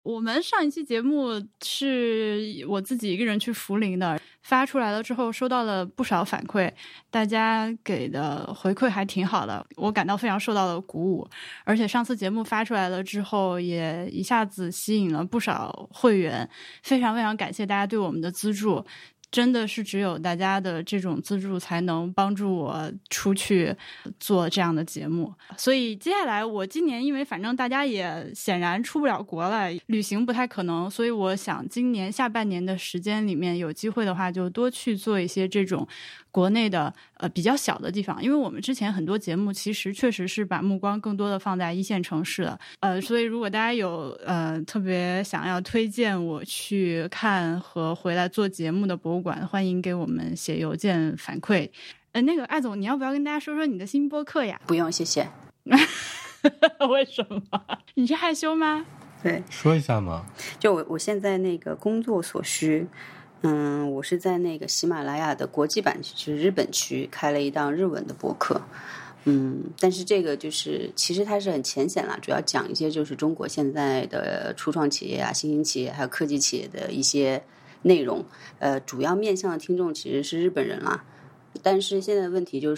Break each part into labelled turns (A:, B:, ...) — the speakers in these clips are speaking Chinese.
A: 我们上一期节目是我自己一个人去涪陵的，发出来了之后收到了不少反馈，大家给的回馈还挺好的，我感到非常受到了鼓舞。而且上次节目发出来了之后，也一下子吸引了不少会员，非常非常感谢大家对我们的资助。真的是只有大家的这种资助才能帮助我出去做这样的节目。所以接下来我今年因为反正大家也显然出不了国了，旅行不太可能，所以我想今年下半年的时间里面有机会的话就多去做一些这种国内的比较小的地方。因为我们之前很多节目其实确实是把目光更多的放在一线城市了，所以如果大家有特别想要推荐我去看和回来做节目的博物馆，欢迎给我们写邮件反馈。那个艾总，你要不要跟大家说说你的新播客呀？
B: 不用，谢谢。
A: 为什么？你是害羞吗？
B: 对，
C: 说一下嘛。
B: 就我现在那个工作所需，我是在那个喜马拉雅的国际版区，就是日本区开了一档日文的播客。但是这个就是其实它是很浅显啦，主要讲一些就是中国现在的初创企业啊、新兴企业还有科技企业的一些内容。主要面向的听众其实是日本人啦。但是现在的问题就是，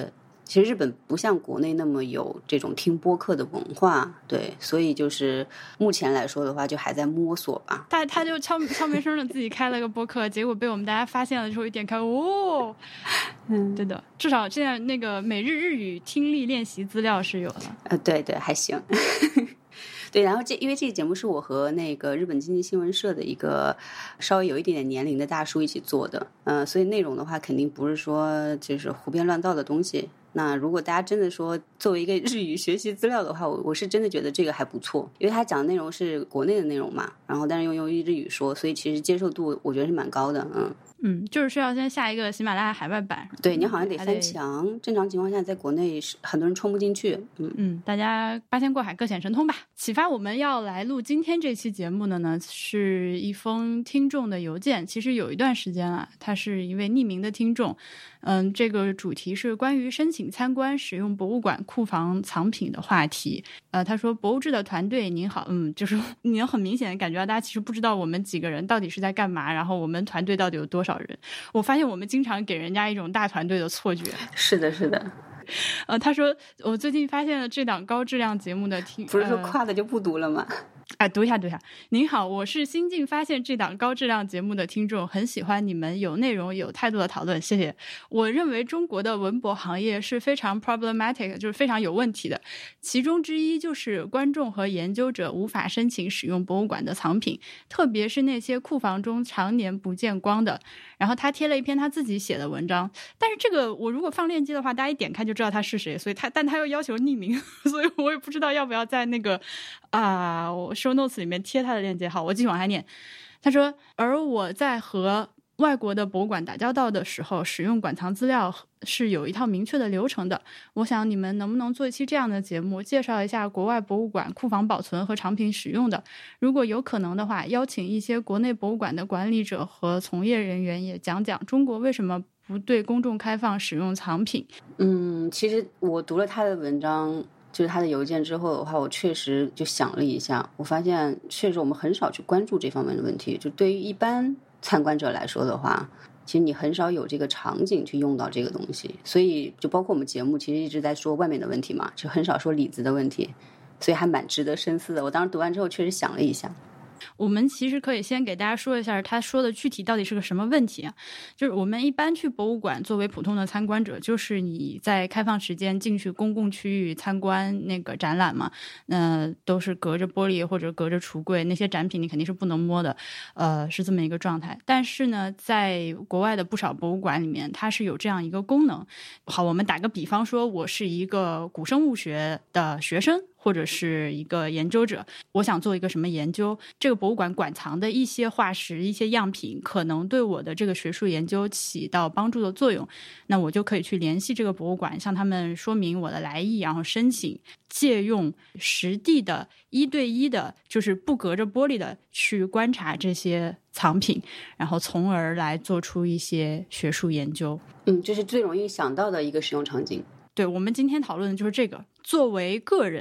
B: 其实日本不像国内那么有这种听播客的文化，对，所以就是目前来说的话，就还在摸索吧。
A: 他就悄没声的自己开了个播客，结果被我们大家发现了之后一点开，哦，对的，至少现在那个每日日语听力练习资料是有的。
B: 对对，还行。对，然后因为这个节目是我和那个日本经济新闻社的一个稍微有一点点年龄的大叔一起做的，所以内容的话肯定不是说就是胡编乱造的东西。那如果大家真的说作为一个日语学习资料的话，我是真的觉得这个还不错，因为他讲的内容是国内的内容嘛，然后但是用日语说，所以其实接受度我觉得是蛮高的。
A: 就是需要先下一个喜马拉雅海外版。
B: 对，你好像得翻墙，正常情况下在国内很多人冲不进去。
A: 大家八仙过海各显神通吧。启发我们要来录今天这期节目的呢，是一封听众的邮件，其实有一段时间了，他是一位匿名的听众。这个主题是关于申请参观使用博物馆库房藏品的话题。他说：博物志的团队您好，就是你能很明显的感觉到大家其实不知道我们几个人到底是在干嘛，然后我们团队到底有多少人。我发现我们经常给人家一种大团队的错觉。
B: 是的是的。
A: 他说我最近发现了这档高质量节目的
B: 不是说夸的就不读了吗？
A: 读一下。您好，我是新近发现这档高质量节目的听众，很喜欢你们有内容有态度的讨论，谢谢。我认为中国的文博行业是非常 problematic， 就是非常有问题的，其中之一就是观众和研究者无法申请使用博物馆的藏品，特别是那些库房中常年不见光的。然后他贴了一篇他自己写的文章，但是这个我如果放链接的话，大家一点开就知道他是谁，所以但他又要求匿名，所以我也不知道要不要在那个我 show notes 里面贴他的链接。好，我继续往下念。他说，而我在和外国的博物馆打交道的时候，使用馆藏资料是有一套明确的流程的。我想你们能不能做一期这样的节目，介绍一下国外博物馆库房保存和藏品使用的，如果有可能的话，邀请一些国内博物馆的管理者和从业人员也讲讲中国为什么不对公众开放使用藏品。
B: 其实我读了他的文章，就是他的邮件之后的话，我确实就想了一下，我发现确实我们很少去关注这方面的问题。就对于一般参观者来说的话，其实你很少有这个场景去用到这个东西，所以就包括我们节目其实一直在说外面的问题嘛，就很少说里子的问题，所以还蛮值得深思的。我当时读完之后确实想了一下。
A: 我们其实可以先给大家说一下他说的具体到底是个什么问题啊？就是我们一般去博物馆作为普通的参观者，就是你在开放时间进去公共区域参观那个展览嘛，都是隔着玻璃或者隔着橱柜，那些展品你肯定是不能摸的，是这么一个状态。但是呢，在国外的不少博物馆里面，它是有这样一个功能。好，我们打个比方说，我是一个古生物学的学生，或者是一个研究者，我想做一个什么研究，这个博物馆馆藏的一些化石、一些样品可能对我的这个学术研究起到帮助的作用，那我就可以去联系这个博物馆，向他们说明我的来意，然后申请借用实地的1对1的，就是不隔着玻璃的去观察这些藏品，然后从而来做出一些学术研究。
B: 这是最容易想到的一个使用场景。
A: 对，我们今天讨论的就是这个。作为个人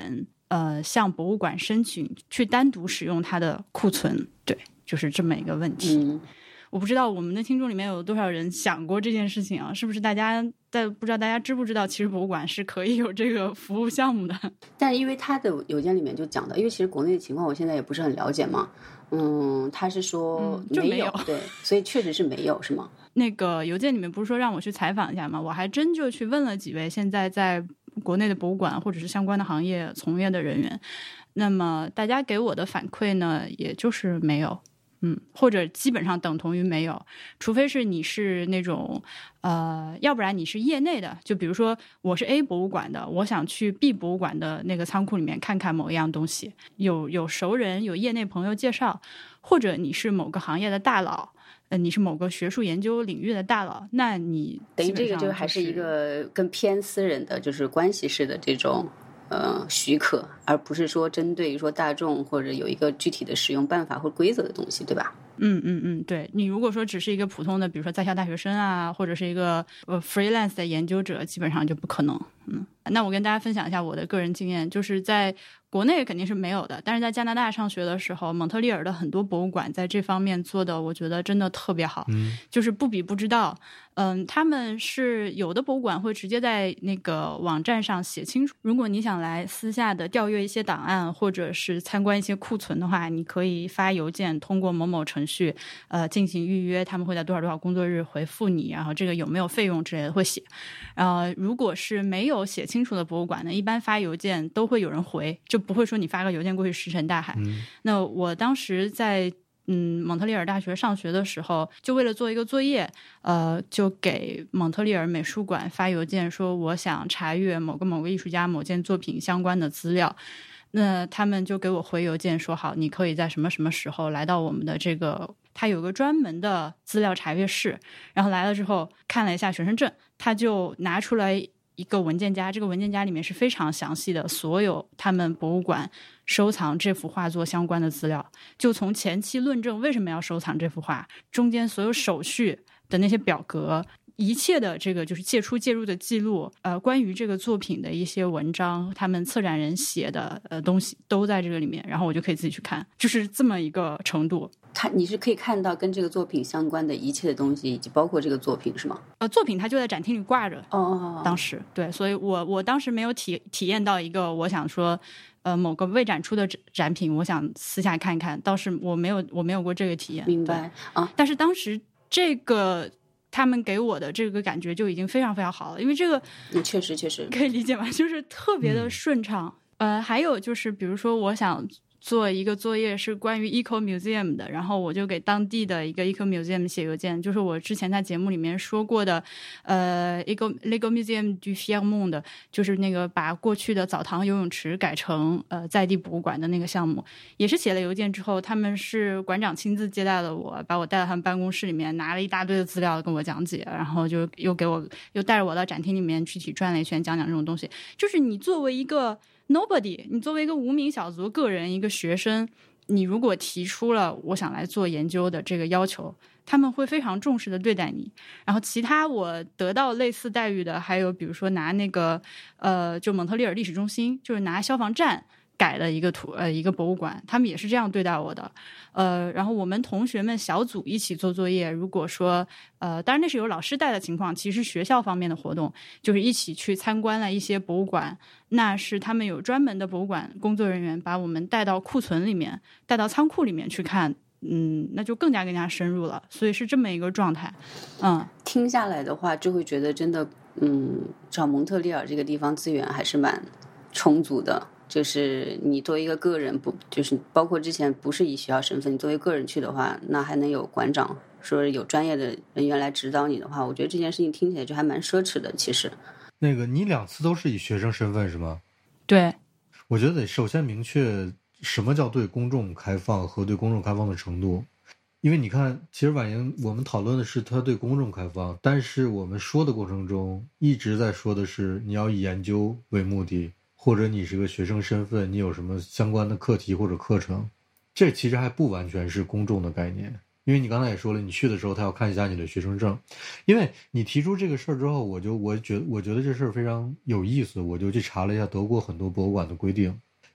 A: 向博物馆申请去单独使用它的库存。对，就是这么一个问题。我不知道我们的听众里面有多少人想过这件事情啊？是不是大家不知道大家知不知道，其实博物馆是可以有这个服务项目的？
B: 但因为他的邮件里面就讲的，因为其实国内的情况我现在也不是很了解嘛。他是说没有，对，所以确实是没有，是吗？
A: 那个邮件里面不是说让我去采访一下吗？我还真就去问了几位现在在国内的博物馆或者是相关的行业从业的人员，那么大家给我的反馈呢，也就是没有。或者基本上等同于没有，除非是你是那种要不然你是业内的，就比如说我是 A 博物馆的，我想去 B 博物馆的那个仓库里面看看某一样东西，有熟人有业内朋友介绍，或者你是某个行业的大佬，你是某个学术研究领域的大佬，那你
B: 等于这个就还是一个更偏私人的，就是关系式的这种许可，而不是说针对于说大众或者有一个具体的使用办法或规则的东西，对吧？
A: 对，你如果说只是一个普通的，比如说在校大学生啊，或者是一个freelance 的研究者，基本上就不可能。那我跟大家分享一下我的个人经验，就是在国内肯定是没有的，但是在加拿大上学的时候，蒙特利尔的很多博物馆在这方面做的，我觉得真的特别好，就是不比不知道。他们是有的博物馆会直接在那个网站上写清楚，如果你想来私下的调阅一些档案，或者是参观一些库存的话，你可以发邮件通过某某程序进行预约，他们会在多少多少工作日回复你，然后这个有没有费用之类的会写。如果是没有写清楚的博物馆呢，一般发邮件都会有人回，就不会说你发个邮件过去石沉大海。那我当时在蒙特利尔大学上学的时候，就为了做一个作业，就给蒙特利尔美术馆发邮件说我想查阅某个艺术家某件作品相关的资料。那他们就给我回邮件说好，你可以在什么什么时候来到我们的这个，他有个专门的资料查阅室，然后来了之后看了一下学生证，他就拿出来一个文件夹，这个文件夹里面是非常详细的所有他们博物馆收藏这幅画作相关的资料，就从前期论证为什么要收藏这幅画，中间所有手续的那些表格，一切的这个就是借出介入的记录，关于这个作品的一些文章，他们策展人写的东西都在这个里面，然后我就可以自己去看，就是这么一个程度。
B: 你是可以看到跟这个作品相关的一切的东西，以及包括这个作品是吗？
A: 作品它就在展厅里挂着。当时对，所以我当时没有体验到一个我想说某个未展出的展品，我想私下看一看，倒是我没有过这个体验。
B: 明白啊。
A: 但是当时这个他们给我的这个感觉就已经非常非常好了，因为这个
B: 确实
A: 可以理解吗？就是特别的顺畅。还有就是比如说我想做一个作业是关于 Eco Museum 的，然后我就给当地的一个 Eco Museum 写邮件，就是我之前在节目里面说过的Legal Museum du Fiermont 就是那个把过去的澡堂游泳池改成在地博物馆的那个项目，也是写了邮件之后，他们是馆长亲自接待了我，把我带到他们办公室里面，拿了一大堆的资料跟我讲解，然后就又带着我到展厅里面具体转了一圈，讲这种东西。就是你作为一个Nobody， 你作为一个无名小卒个人，一个学生，你如果提出了我想来做研究的这个要求，他们会非常重视的对待你。然后其他我得到类似待遇的，还有比如说拿那个就蒙特利尔历史中心，就是拿消防站改了一个博物馆，他们也是这样对待我的。然后我们同学们小组一起做作业，如果说当然那是有老师带的情况，其实学校方面的活动就是一起去参观了一些博物馆，那是他们有专门的博物馆工作人员把我们带到库存里面，带到仓库里面去看，那就更加深入了，所以是这么一个状态。
B: 听下来的话就会觉得真的找蒙特利尔这个地方资源还是蛮充足的，就是你作为一个个人，不就是包括之前不是以学校身份，你作为个人去的话，那还能有馆长说有专业的人员来指导你的话，我觉得这件事情听起来就还蛮奢侈的。其实
C: 那个你2次都是以学生身份是吗？
A: 对，
C: 我觉得得首先明确什么叫对公众开放和对公众开放的程度。因为你看，其实婉莹我们讨论的是它对公众开放，但是我们说的过程中一直在说的是你要以研究为目的，或者你是个学生身份，你有什么相关的课题或者课程，这其实还不完全是公众的概念。因为你刚才也说了，你去的时候他要看一下你的学生证。因为你提出这个事儿之后，我觉得这事儿非常有意思，我就去查了一下德国很多博物馆的规定。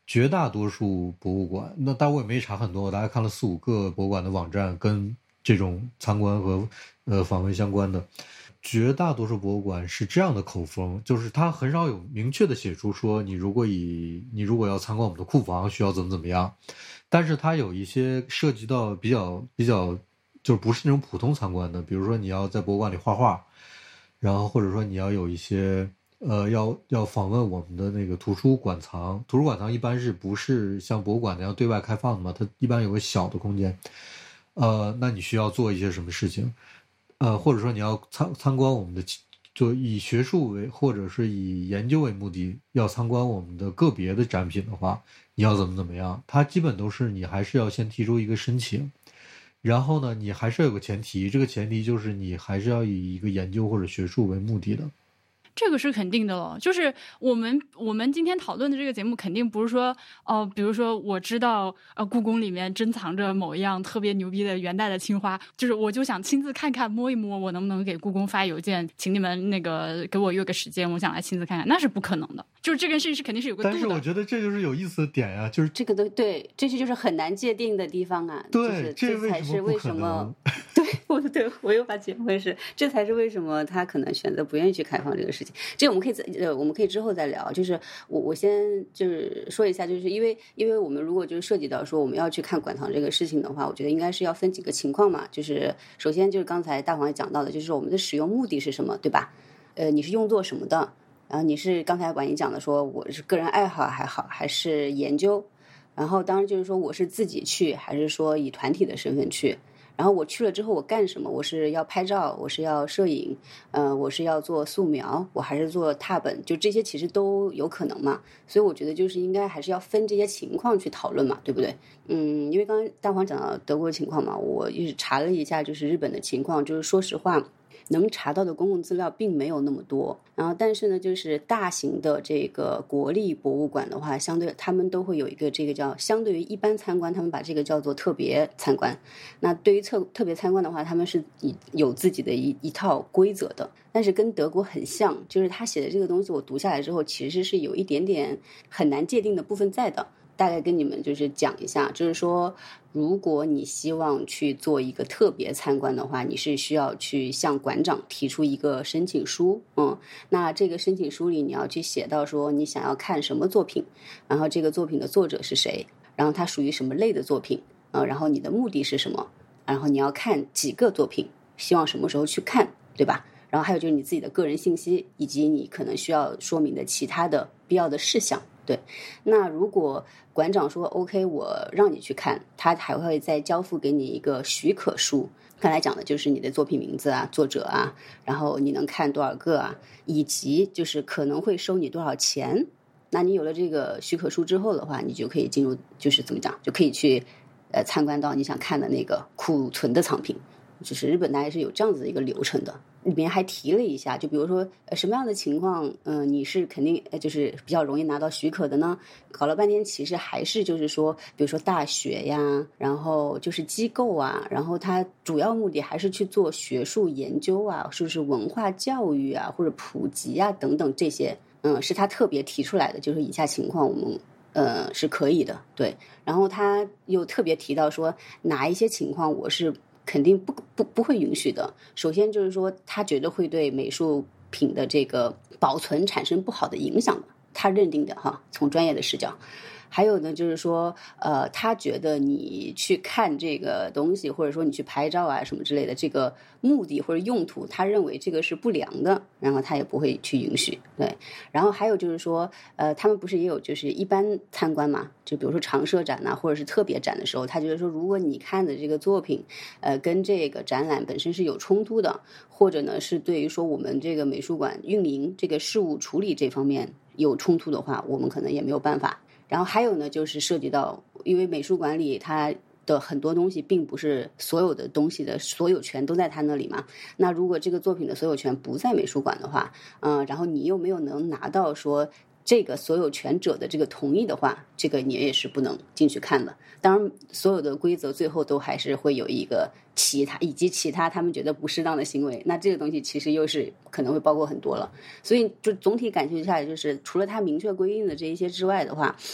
C: 绝大多数博物馆，那但我也没查很多，我大概看了4-5个博物馆的网站跟这种参观和访问相关的，绝大多数博物馆是这样的口风，就是它很少有明确的写出说你如果要参观我们的库房需要怎么样，但是它有一些涉及到比较就是不是那种普通参观的，比如说你要在博物馆里画画，然后或者说你要有一些要访问我们的那个图书馆藏一般是不是像博物馆那样对外开放的嘛？它一般有个小的空间，那你需要做一些什么事情？或者说你要参观我们的，就以学术为或者是以研究为目的要参观我们的个别的展品的话，你要怎么样？它基本都是你还是要先提出一个申请，然后呢，你还是要有个前提，这个前提就是你还是要以一个研究或者学术为目的的。
A: 这个是肯定的了，就是我们今天讨论的这个节目肯定不是说比如说我知道故宫里面珍藏着某一样特别牛逼的元代的青花，就是我就想亲自看看摸一摸，我能不能给故宫发邮件，请你们那个给我约个时间，我想来亲自看看，那是不可能的，就是这件事情是肯定是有个度的。
C: 但是我觉得这就是有意思的点呀，就是
B: 这个都对，这就是很难界定的地方啊。
C: 对，
B: 这才是为什么对我又把解回是，这才是为什么他可能选择不愿意去开放这个事情。这个我们可以之后再聊。就是我先就是说一下，就是因为我们如果就是涉及到说我们要去看馆藏这个事情的话，我觉得应该是要分几个情况嘛。就是首先就是刚才大黄也讲到的，就是我们的使用目的是什么，对吧？你是用作什么的？然后你是刚才管你讲的说我是个人爱好还好，还是研究？然后当然就是说我是自己去，还是说以团体的身份去？然后我去了之后我干什么？我是要拍照，我是要摄影，我是要做素描，我还是做拓本，就这些其实都有可能嘛。所以我觉得就是应该还是要分这些情况去讨论嘛，对不对？因为刚刚大黄讲到德国的情况嘛，我也是查了一下，就是日本的情况，就是说实话，能查到的公共资料并没有那么多。然后但是呢，就是大型的这个国立博物馆的话，相对他们都会有一个这个叫相对于一般参观，他们把这个叫做特别参观。那对于特别参观的话，他们是有自己的一套规则的。但是跟德国很像，就是他写的这个东西我读下来之后，其实是有一点点很难界定的部分在的。大概跟你们就是讲一下，就是说如果你希望去做一个特别参观的话，你是需要去向馆长提出一个申请书。那这个申请书里你要去写到说你想要看什么作品，然后这个作品的作者是谁，然后它属于什么类的作品，然后你的目的是什么，然后你要看几个作品，希望什么时候去看，对吧？然后还有就是你自己的个人信息，以及你可能需要说明的其他的必要的事项。对，那如果馆长说 OK 我让你去看，他还会再交付给你一个许可书，刚才讲的就是你的作品名字啊，作者啊，然后你能看多少个啊，以及就是可能会收你多少钱。那你有了这个许可书之后的话，你就可以进入，就是怎么讲，就可以去参观到你想看的那个库存的藏品。就是日本大概是有这样子的一个流程的，里面还提了一下，就比如说什么样的情况，你是肯定就是比较容易拿到许可的呢？搞了半天，其实还是就是说，比如说大学呀，然后就是机构啊，然后它主要目的还是去做学术研究啊，是不是文化教育啊，或者普及啊等等这些，是他特别提出来的，就是以下情况我们是可以的，对。然后他又特别提到说哪一些情况我是肯定不会允许的。首先就是说，他觉得会对美术品的这个保存产生不好的影响的，他认定的哈，从专业的视角。还有呢，就是说，他觉得你去看这个东西，或者说你去拍照啊什么之类的，这个目的或者用途，他认为这个是不良的，然后他也不会去允许。对，然后还有就是说，他们不是也有就是一般参观嘛，就比如说常设展呐，或者是特别展的时候，他觉得说，如果你看的这个作品，跟这个展览本身是有冲突的，或者呢是对于说我们这个美术馆运营这个事务处理这方面有冲突的话，我们可能也没有办法。然后还有呢，就是涉及到，因为美术馆里它的很多东西并不是所有的东西的所有权都在他那里嘛。那如果这个作品的所有权不在美术馆的话，然后你又没有能拿到说这个所有权者的这个同意的话，这个你也是不能进去看的。当然，所有的规则最后都还是会有一个其他他们觉得不适当的行为，那这个东西其实又是可能会包括很多了。所以就总体感觉下来，就是除了它明确规定的这一些之外的话，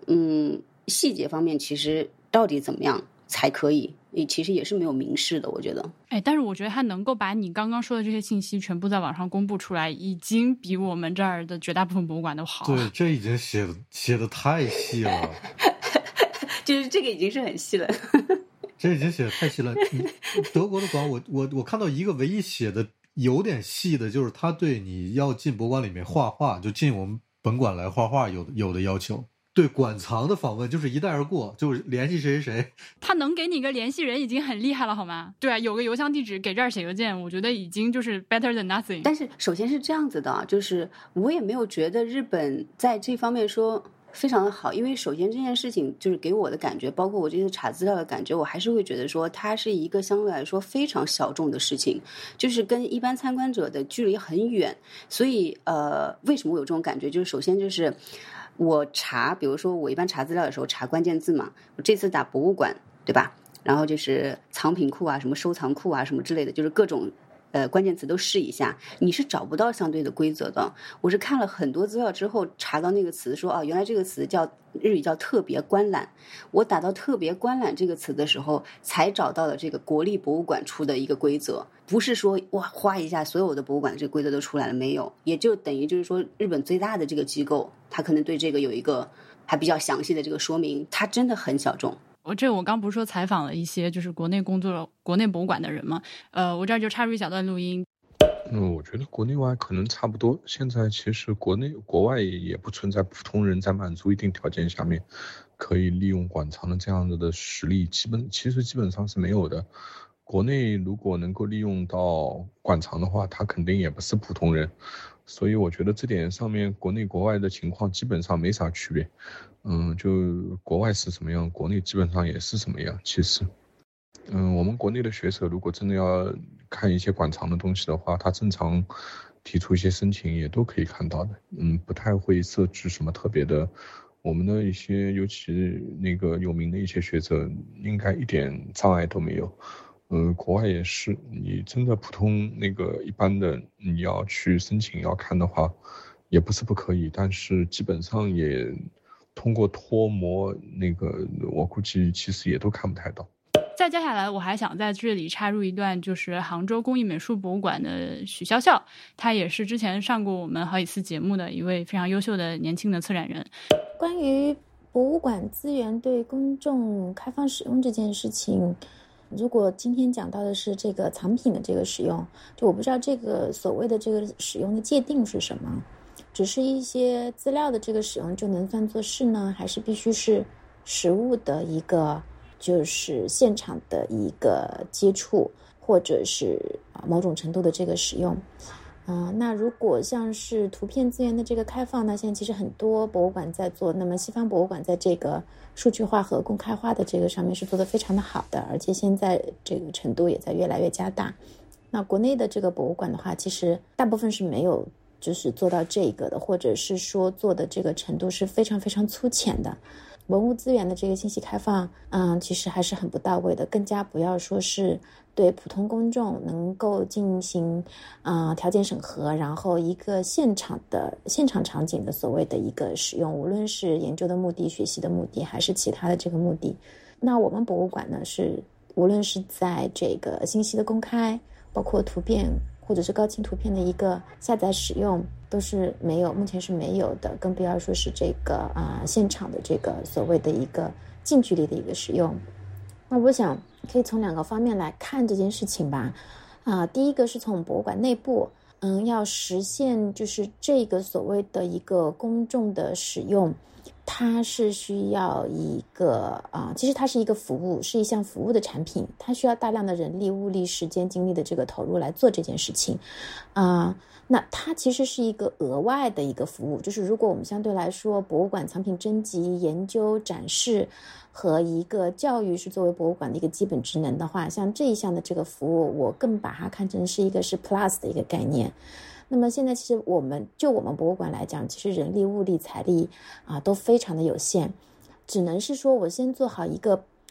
B: 细节方面其实到底怎么样才可以，其实也是没有明示的，我觉得。
A: 但是我觉得他能够把你刚刚说的这些信息全部在网上公布出来，已经比我们这儿的绝大部分博物馆都好。
C: 对，这已经写的太细了。
B: 就是这个已经是很细了。
C: 这已经写的太细了。德国的馆，我看到一个唯一写的有点细的，就是他对你要进博物馆里面画画，就进我们本馆来画画有的要求。对馆藏的访问就是一带而过，就是联系谁谁谁。
A: 他能给你个联系人已经很厉害了，好吗？对啊，有个邮箱地址给这儿写邮件，我觉得已经就是 better than nothing。
B: 但是首先是这样子的，就是我也没有觉得日本在这方面说非常的好，因为首先这件事情就是给我的感觉，包括我这次查资料的感觉，我还是会觉得说它是一个相对来说非常小众的事情，就是跟一般参观者的距离很远。所以为什么我有这种感觉，就是首先就是我查，比如说我一般查资料的时候查关键字嘛，我这次打博物馆，对吧？然后就是藏品库啊，什么收藏库啊，什么之类的，就是各种关键词都试一下，你是找不到相对的规则的。我是看了很多资料之后查到那个词，说原来这个词叫日语叫特别观览。我打到特别观览这个词的时候，才找到了这个国立博物馆出的一个规则，不是说哇哗一下所有的博物馆这个规则都出来了，没有，也就等于就是说日本最大的这个机构，它可能对这个有一个还比较详细的这个说明，它真的很小众。
A: 我刚不是说采访了一些就是国内博物馆的人吗？我这儿就插入一小段录音。
D: 我觉得国内外可能差不多。现在其实国外也不存在普通人在满足一定条件下面可以利用馆藏的这样子的实力，其实基本上是没有的。国内如果能够利用到馆藏的话，他肯定也不是普通人。所以我觉得这点上面国内国外的情况基本上没啥区别。就国外是什么样，国内基本上也是什么样。其实我们国内的学者如果真的要看一些馆藏的东西的话，他正常提出一些申请也都可以看到的。不太会设置什么特别的。我们的一些尤其那个有名的一些学者应该一点障碍都没有。国外也是，你真的普通那个一般的你要去申请要看的话也不是不可以，但是基本上也通过脱模那个我估计其实也都看不太到。
A: 再接下来我还想在这里插入一段，就是杭州工艺美术博物馆的许笑笑，他也是之前上过我们好几次节目的一位非常优秀的年轻的策展人。
E: 关于博物馆资源对公众开放使用这件事情，如果今天讲到的是这个藏品的这个使用，就我不知道这个所谓的这个使用的界定是什么，只是一些资料的这个使用就能算作是呢，还是必须是实物的一个就是现场的一个接触，或者是某种程度的这个使用。那如果像是图片资源的这个开放呢，现在其实很多博物馆在做，那么西方博物馆在这个数据化和公开化的这个上面是做得非常的好的，而且现在这个程度也在越来越加大。那国内的这个博物馆的话，其实大部分是没有就是做到这个的，或者是说做的这个程度是非常非常粗浅的。文物资源的这个信息开放其实还是很不到位的，更加不要说是对普通公众能够进行条件审核，然后一个现场场景的所谓的一个使用，无论是研究的目的、学习的目的还是其他的这个目的。那我们博物馆呢，是无论是在这个信息的公开，包括图片或者是高清图片的一个下载使用，都是没有，目前是没有的，更不要说是这个现场的这个所谓的一个近距离的一个使用。那我想可以从两个方面来看这件事情吧。第一个是从博物馆内部，要实现就是这个所谓的一个公众的使用，它是需要一个其实它是一个服务，是一项服务的产品，它需要大量的人力、物力、时间、精力的这个投入来做这件事情。那它其实是一个额外的一个服务，就是如果我们相对来说博物馆藏品征集、研究、展示和一个教育是作为博物馆的一个基本职能的话，像这一项的这个服务，我更把它看成是一个是 plus 的一个概念。那么现在其实我们博物馆来讲，其实人力、物力、财力都非常的有限，只能是说我先做好一个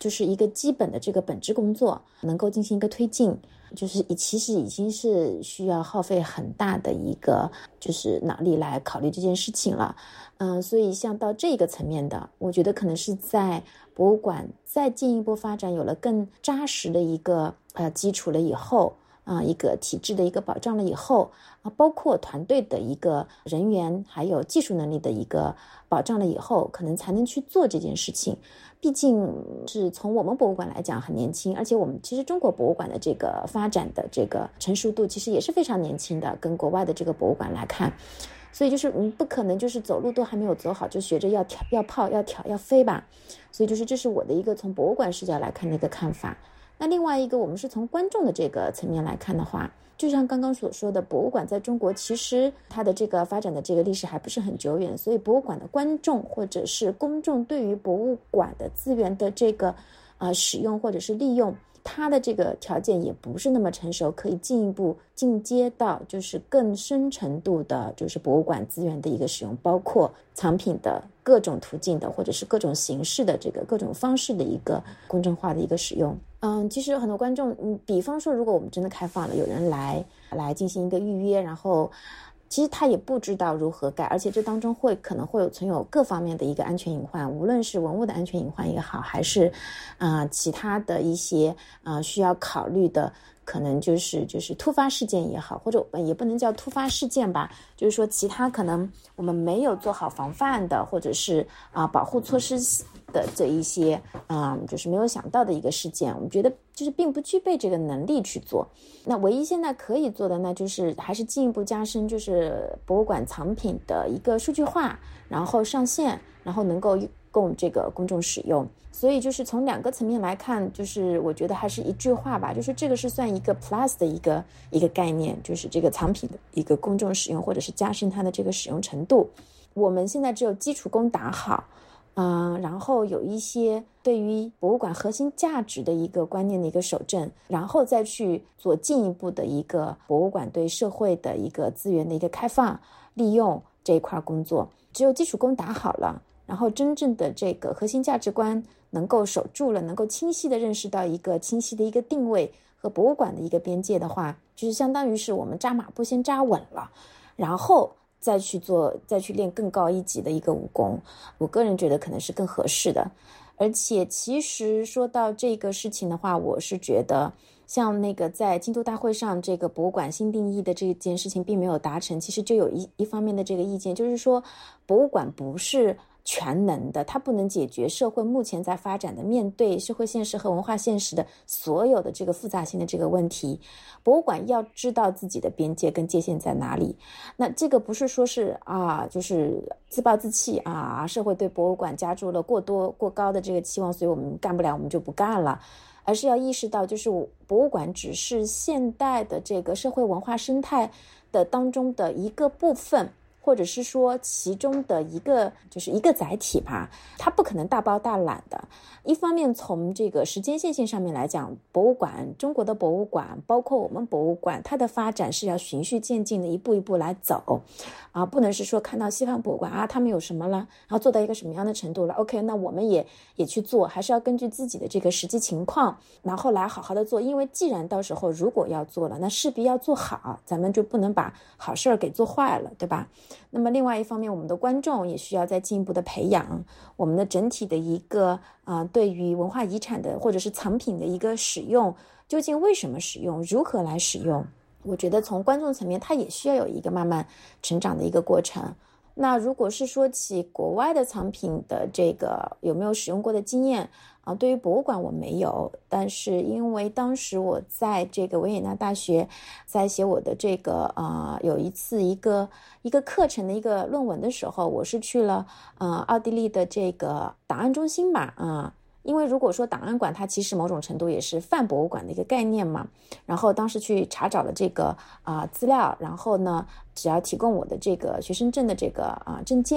E: 就是一个基本的这个本质工作能够进行一个推进，就是其实已经是需要耗费很大的一个就是脑力来考虑这件事情了。所以像到这个层面的，我觉得可能是在博物馆再进一步发展，有了更扎实的一个基础了以后，一个体制的一个保障了以后，包括团队的一个人员还有技术能力的一个保障了以后，可能才能去做这件事情。毕竟是从我们博物馆来讲很年轻，而且我们其实中国博物馆的这个发展的这个成熟度其实也是非常年轻的，跟国外的这个博物馆来看。所以就是不可能就是走路都还没有走好就学着要跳要跑要跳要飞吧。所以就是这是我的一个从博物馆视角来看的一个看法。那另外一个我们是从观众的这个层面来看的话，就像刚刚所说的，博物馆在中国其实它的这个发展的这个历史还不是很久远，所以博物馆的观众或者是公众对于博物馆的资源的这个使用或者是利用，它的这个条件也不是那么成熟，可以进一步进阶到就是更深程度的就是博物馆资源的一个使用，包括藏品的各种途径的或者是各种形式的这个各种方式的一个公正化的一个使用。其实有很多观众，比方说如果我们真的开放了，有人来进行一个预约，然后其实他也不知道如何盖，而且这当中可能会存有各方面的一个安全隐患，无论是文物的安全隐患也好，还是其他的一些需要考虑的可能就是突发事件也好，或者也不能叫突发事件吧，就是说其他可能我们没有做好防范的，或者是保护措施的这一些就是没有想到的一个事件，我们觉得就是并不具备这个能力去做。那唯一现在可以做的，那就是还是进一步加深就是博物馆藏品的一个数据化，然后上线，然后能够供这个公众使用。所以就是从两个层面来看，就是我觉得还是一句话吧，就是这个是算一个 plus 的一个概念，就是这个藏品的一个公众使用或者是加深它的这个使用程度。我们现在只有基础功打好，然后有一些对于博物馆核心价值的一个观念的一个守正，然后再去做进一步的一个博物馆对社会的一个资源的一个开放利用这一块工作。只有基础功打好了，然后真正的这个核心价值观能够守住了，能够清晰的认识到一个清晰的一个定位和博物馆的一个边界的话，就是相当于是我们扎马步先扎稳了，然后再去练更高一级的一个武功，我个人觉得可能是更合适的。而且其实说到这个事情的话，我是觉得像那个在京都大会上这个博物馆新定义的这件事情并没有达成，其实就有一方面的这个意见，就是说博物馆不是全能的，它不能解决社会目前在发展的面对社会现实和文化现实的所有的这个复杂性的这个问题。博物馆要知道自己的边界跟界限在哪里，那这个不是说是就是自暴自弃社会对博物馆加注了过多过高的这个期望，所以我们干不了我们就不干了，而是要意识到就是博物馆只是现代的这个社会文化生态的当中的一个部分，或者是说其中的一个就是一个载体吧，它不可能大包大揽的。一方面从这个时间线上面来讲，博物馆中国的博物馆包括我们博物馆，它的发展是要循序渐进的一步一步来走不能是说看到西方博物馆他们有什么了，然后做到一个什么样的程度了 OK 那我们也去做，还是要根据自己的这个实际情况然后来好好的做。因为既然到时候如果要做了，那势必要做好，咱们就不能把好事儿给做坏了，对吧？那么另外一方面，我们的观众也需要再进一步的培养，我们的整体的一个对于文化遗产的或者是藏品的一个使用，究竟为什么使用，如何来使用，我觉得从观众层面它也需要有一个慢慢成长的一个过程。那如果是说起国外的藏品的这个有没有使用过的经验对于博物馆我没有，但是因为当时我在这个维也纳大学在写我的这个有一次一个课程的一个论文的时候，我是去了奥地利的这个档案中心吧因为如果说档案馆它其实某种程度也是泛博物馆的一个概念嘛，然后当时去查找了这个资料，然后呢只要提供我的这个学生证的这个证件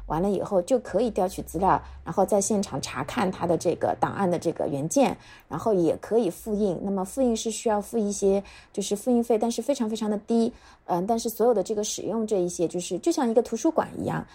E: 完了以后就可以调取资料，然后在现场查看它的这个档案的这个原件，然后也可以复印。那么复印是需要付一些就是复印费，但是非常非常的低。但是所有的这个使用这一些就像一个图书馆一样，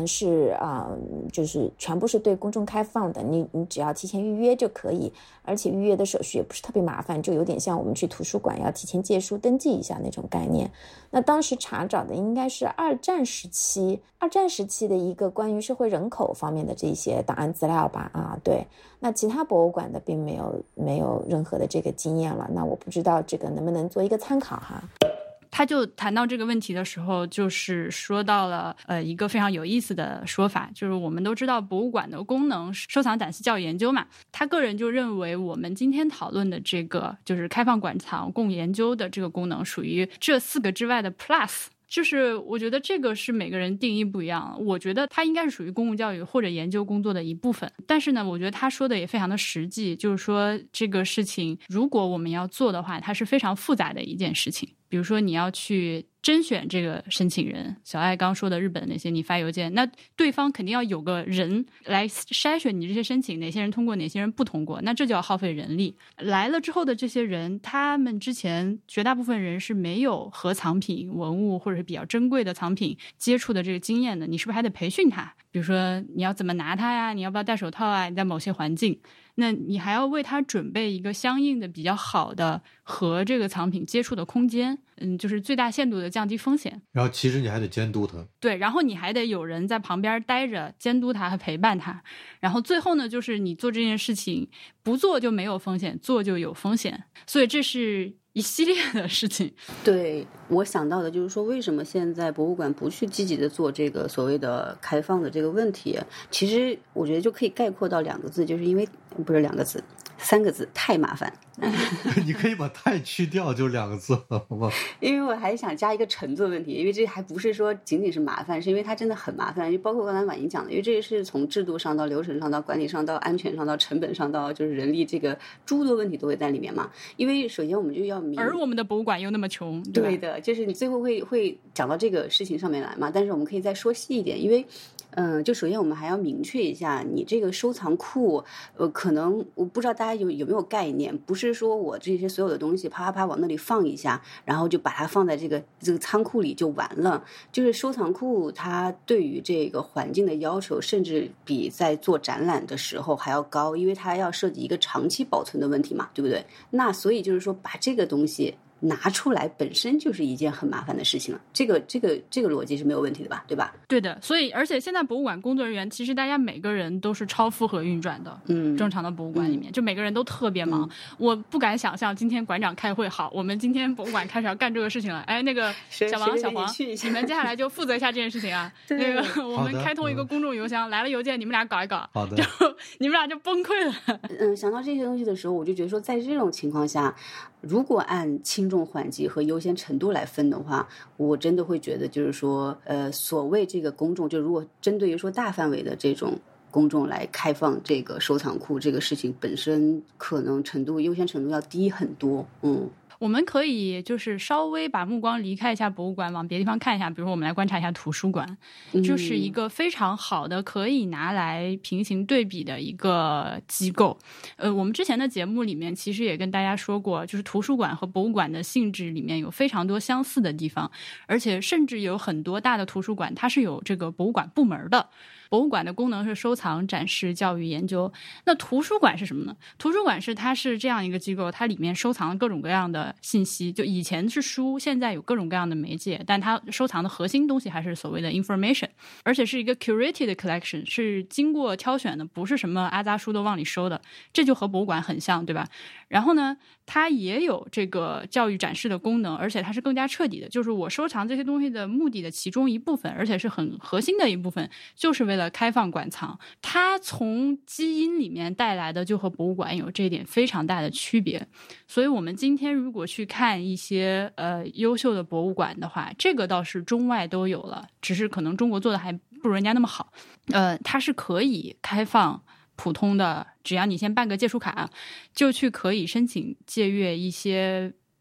E: 就是全部是对公众开放的，你只要提前预约就可以，而且预约的手续也不是特别麻烦，就有点像我们去图书馆要提前借书登记一下那种概念。那当时查找的应该是二战时期的一个关于社会人口方面的这些档案资料吧。对，那其他博物馆的并没有任何的这个经验了，那我不知道这个能不能做一个参考哈。
A: 他就谈到这个问题的时候，就是说到了一个非常有意思的说法，就是我们都知道博物馆的功能是收藏、展示、教育、研究嘛。他个人就认为我们今天讨论的这个就是开放馆藏供研究的这个功能，属于这4个之外的 plus。就是我觉得这个是每个人定义不一样，我觉得它应该是属于公共教育或者研究工作的一部分。但是呢，我觉得他说的也非常的实际，就是说这个事情如果我们要做的话，它是非常复杂的一件事情。比如说你要去甄选这个申请人，小爱刚说的日本那些，你发邮件，那对方肯定要有个人来筛选你这些申请，哪些人通过，哪些人不通过，那这就要耗费人力。来了之后的这些人，他们之前绝大部分人是没有和藏品、文物或者是比较珍贵的藏品接触的这个经验的，你是不是还得培训他？比如说你要怎么拿它呀，你要不要戴手套啊，你在某些环境，那你还要为他准备一个相应的比较好的和这个藏品接触的空间，就是最大限度的降低风险。
C: 然后其实你还得监督他，
A: 对，然后你还得有人在旁边待着监督他和陪伴他。然后最后呢，就是你做这件事情不做就没有风险，做就有风险，所以这是一系列的事情。
B: 对，我想到的就是说，为什么现在博物馆不去积极的做这个所谓的开放的这个问题？其实我觉得就可以概括到2个字，就是因为不是2个字，3个字，太麻烦。
C: 你可以把太去掉，就2个字了，好吧？
B: 因为我还想加一个程度问题，因为这还不是说仅仅是麻烦，是因为它真的很麻烦，就包括刚才婉莹讲的，因为这是从制度上到流程上到管理上到安全上到成本上到就是人力这个诸多问题都会在里面嘛。因为首先我们就要
A: 而我们的博物馆又那么穷，
B: 对的，就是你最后会讲到这个事情上面来嘛。但是我们可以再说细一点，因为就首先我们还要明确一下，你这个收藏库，可能我不知道大家有没有概念，不是说我这些所有的东西啪啪啪往那里放一下，然后就把它放在这个仓库里就完了。就是收藏库它对于这个环境的要求，甚至比在做展览的时候还要高，因为它要涉及一个长期保存的问题嘛，对不对？那所以就是说把这个东西拿出来本身就是一件很麻烦的事情了，这个逻辑是没有问题的吧，对吧？
A: 对的，所以而且现在博物馆工作人员其实大家每个人都是超负荷运转的，正常的博物馆里面，就每个人都特别忙，我不敢想象今天馆长开会，好，我们今天博物馆开始要干这个事情了，哎，那个小王、小黄，你们接下来就负责一下这件事情啊，那个我们开通一个公众邮箱，来了邮件你们俩搞一搞，
C: 好的，
A: 就你们俩就崩溃了。
B: 想到这些东西的时候，我就觉得说，在这种情况下，如果按轻重缓急和优先程度来分的话，我真的会觉得就是说，所谓这个公众，就如果针对于说大范围的这种公众来开放这个收藏库这个事情本身，可能优先程度要低很多。
A: 我们可以就是稍微把目光离开一下博物馆，往别的地方看一下，比如说我们来观察一下图书馆，就是一个非常好的可以拿来平行对比的一个机构。我们之前的节目里面其实也跟大家说过，就是图书馆和博物馆的性质里面有非常多相似的地方，而且甚至有很多大的图书馆它是有这个博物馆部门的。博物馆的功能是收藏、展示、教育、研究。那图书馆是什么呢？图书馆它是这样一个机构，它里面收藏了各种各样的信息。就以前是书，现在有各种各样的媒介，但它收藏的核心东西还是所谓的 information， 而且是一个 curated collection， 是经过挑选的，不是什么阿杂书都往里收的。这就和博物馆很像，对吧？然后呢，它也有这个教育展示的功能，而且它是更加彻底的，就是我收藏这些东西的目的的其中一部分，而且是很核心的一部分，就是为了开放馆藏。它从基因里面带来的就和博物馆有这一点非常大的区别。所以我们今天如果去看一些优秀的博物馆的话，这个倒是中外都有了，只是可能中国做的还不如人家那么好。它是可以开放普通的，只要你先办个借书卡，就去可以申请借阅一些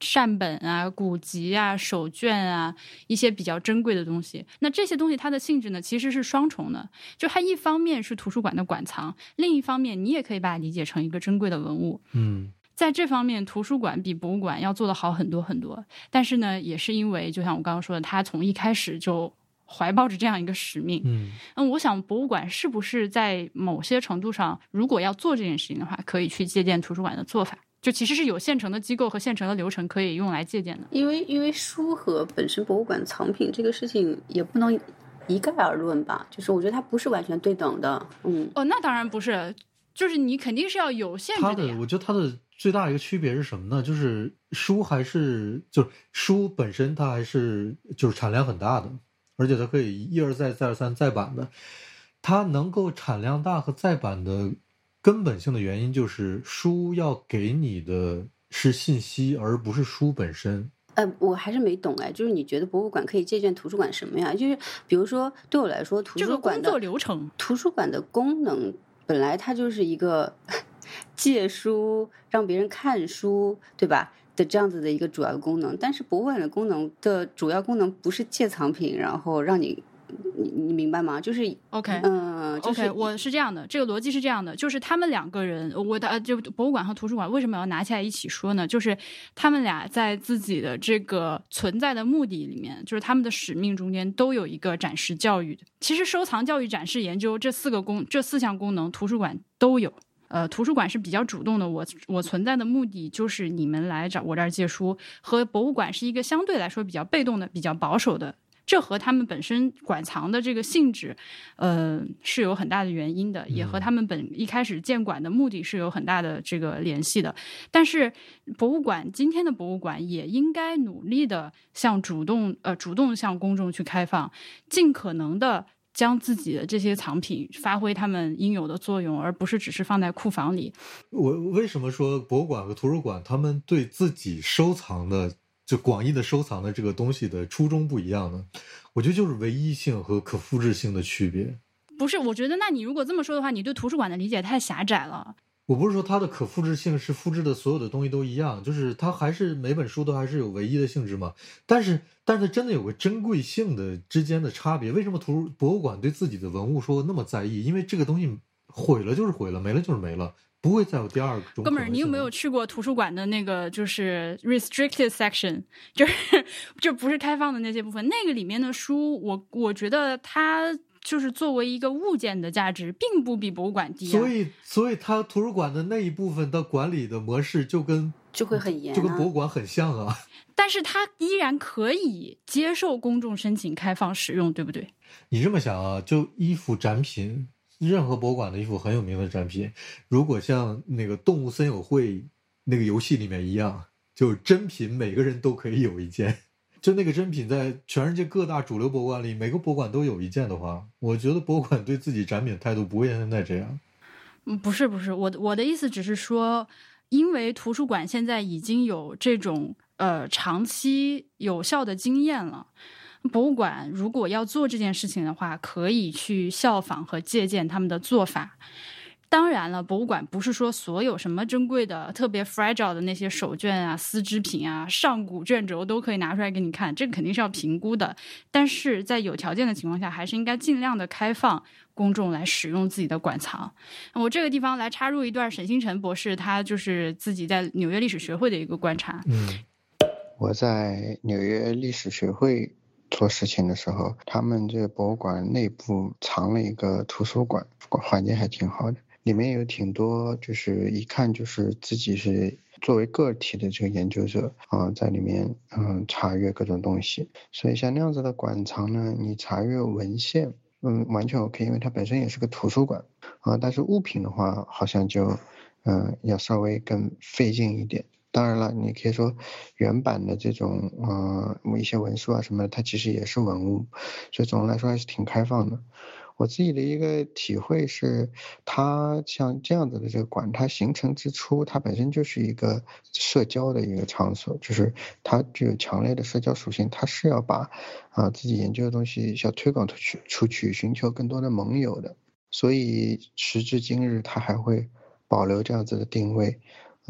A: 善本啊、古籍啊、手卷啊，一些比较珍贵的东西。那这些东西它的性质呢，其实是双重的，就它一方面是图书馆的馆藏，另一方面你也可以把它理解成一个珍贵的文物。在这方面，图书馆比博物馆要做得好很多很多。但是呢，也是因为就像我刚刚说的，它从一开始就怀抱着这样一个使命。我想博物馆是不是在某些程度上，如果要做这件事情的话，可以去借鉴图书馆的做法，就其实是有现成的机构和现成的流程可以用来借鉴的。
B: 因为书和本身博物馆藏品这个事情也不能一概而论吧，就是我觉得它不是完全对等的。
A: 那当然不是，就是你肯定是要有限制的呀。
C: 我觉得它的最大一个区别是什么呢？就是书就是书本身它还是就是产量很大的，而且它可以一而再再而三再版的。它能够产量大和再版的根本性的原因就是书要给你的是信息，而不是书本身。
B: 我还是没懂就是你觉得博物馆可以借鉴图书馆什么呀？就是比如说对我来说，图书馆的
A: 这个工作流程，
B: 图书馆的功能本来它就是一个借书让别人看书，对吧？的这样子的一个主要功能。但是博物馆的功能的主要功能不是借藏品，然后让你明白吗？就是
A: OK，
B: 就是
A: OK， 我是这样的，这个逻辑是这样的，就是他们两个人，就博物馆和图书馆为什么要拿起来一起说呢？就是他们俩在自己的这个存在的目的里面，就是他们的使命中间都有一个展示教育的。其实收藏、教育、展示、研究这四项功能，图书馆都有。图书馆是比较主动的，我存在的目的就是你们来找我这儿借书，和博物馆是一个相对来说比较被动的、比较保守的。这和他们本身馆藏的这个性质，是有很大的原因的，也和他们一开始建馆的目的是有很大的这个联系的。但是今天的博物馆也应该努力的主动向公众去开放，尽可能的将自己的这些藏品发挥他们应有的作用，而不是只是放在库房里。
C: 我为什么说博物馆和图书馆他们对自己收藏的就广义的收藏的这个东西的初衷不一样呢？我觉得就是唯一性和可复制性的区别。
A: 不是，我觉得那你如果这么说的话，你对图书馆的理解太狭窄了。
C: 我不是说它的可复制性是复制的所有的东西都一样，就是它还是每本书都还是有唯一的性质嘛。但是它真的有个珍贵性的之间的差别。为什么博物馆对自己的文物说那么在意？因为这个东西毁了就是毁了，没了就是没了，不会再有第二种。
A: 哥们儿，你有没有去过图书馆的那个就是 restricted section， 就不是开放的那些部分？那个里面的书，我觉得它就是作为一个物件的价值，并不比博物馆低啊。
C: 所以它图书馆的那一部分的管理的模式就
B: 会很严，
C: 就跟博物馆很像啊。
A: 但是它依然可以接受公众申请开放使用，对不对？
C: 你这么想啊，就衣服展品。任何博物馆的衣服很有名的展品，如果像那个动物森友会那个游戏里面一样，就真品每个人都可以有一件，就那个真品在全世界各大主流博物馆里每个博物馆都有一件的话，我觉得博物馆对自己展品态度不会像现在这样。
A: 不是，我的意思只是说，因为图书馆现在已经有这种长期有效的经验了，博物馆如果要做这件事情的话，可以去效仿和借鉴他们的做法。当然了，博物馆不是说所有什么珍贵的特别 fragile 的那些手卷啊、丝织品啊、上古卷轴都可以拿出来给你看，这个肯定是要评估的。但是在有条件的情况下，还是应该尽量的开放公众来使用自己的馆藏。我这个地方来插入一段沈星辰博士他就是自己在纽约历史学会的一个观察。
F: 我在纽约历史学会做事情的时候，他们这个博物馆内部藏了一个图书馆，环境还挺好的，里面有挺多就是一看就是自己是作为个体的这个研究者在里面查阅各种东西。所以像那样子的馆藏呢，你查阅文献完全 OK， 因为它本身也是个图书馆但是物品的话好像就要稍微更费劲一点。当然了，你可以说原版的这种一些文书啊什么的，它其实也是文物，所以总的来说还是挺开放的。我自己的一个体会是，它像这样子的这个馆，它形成之初，它本身就是一个社交的一个场所，就是它具有强烈的社交属性，它是要把自己研究的东西要推广出去，寻求更多的盟友的。所以时至今日，它还会保留这样子的定位。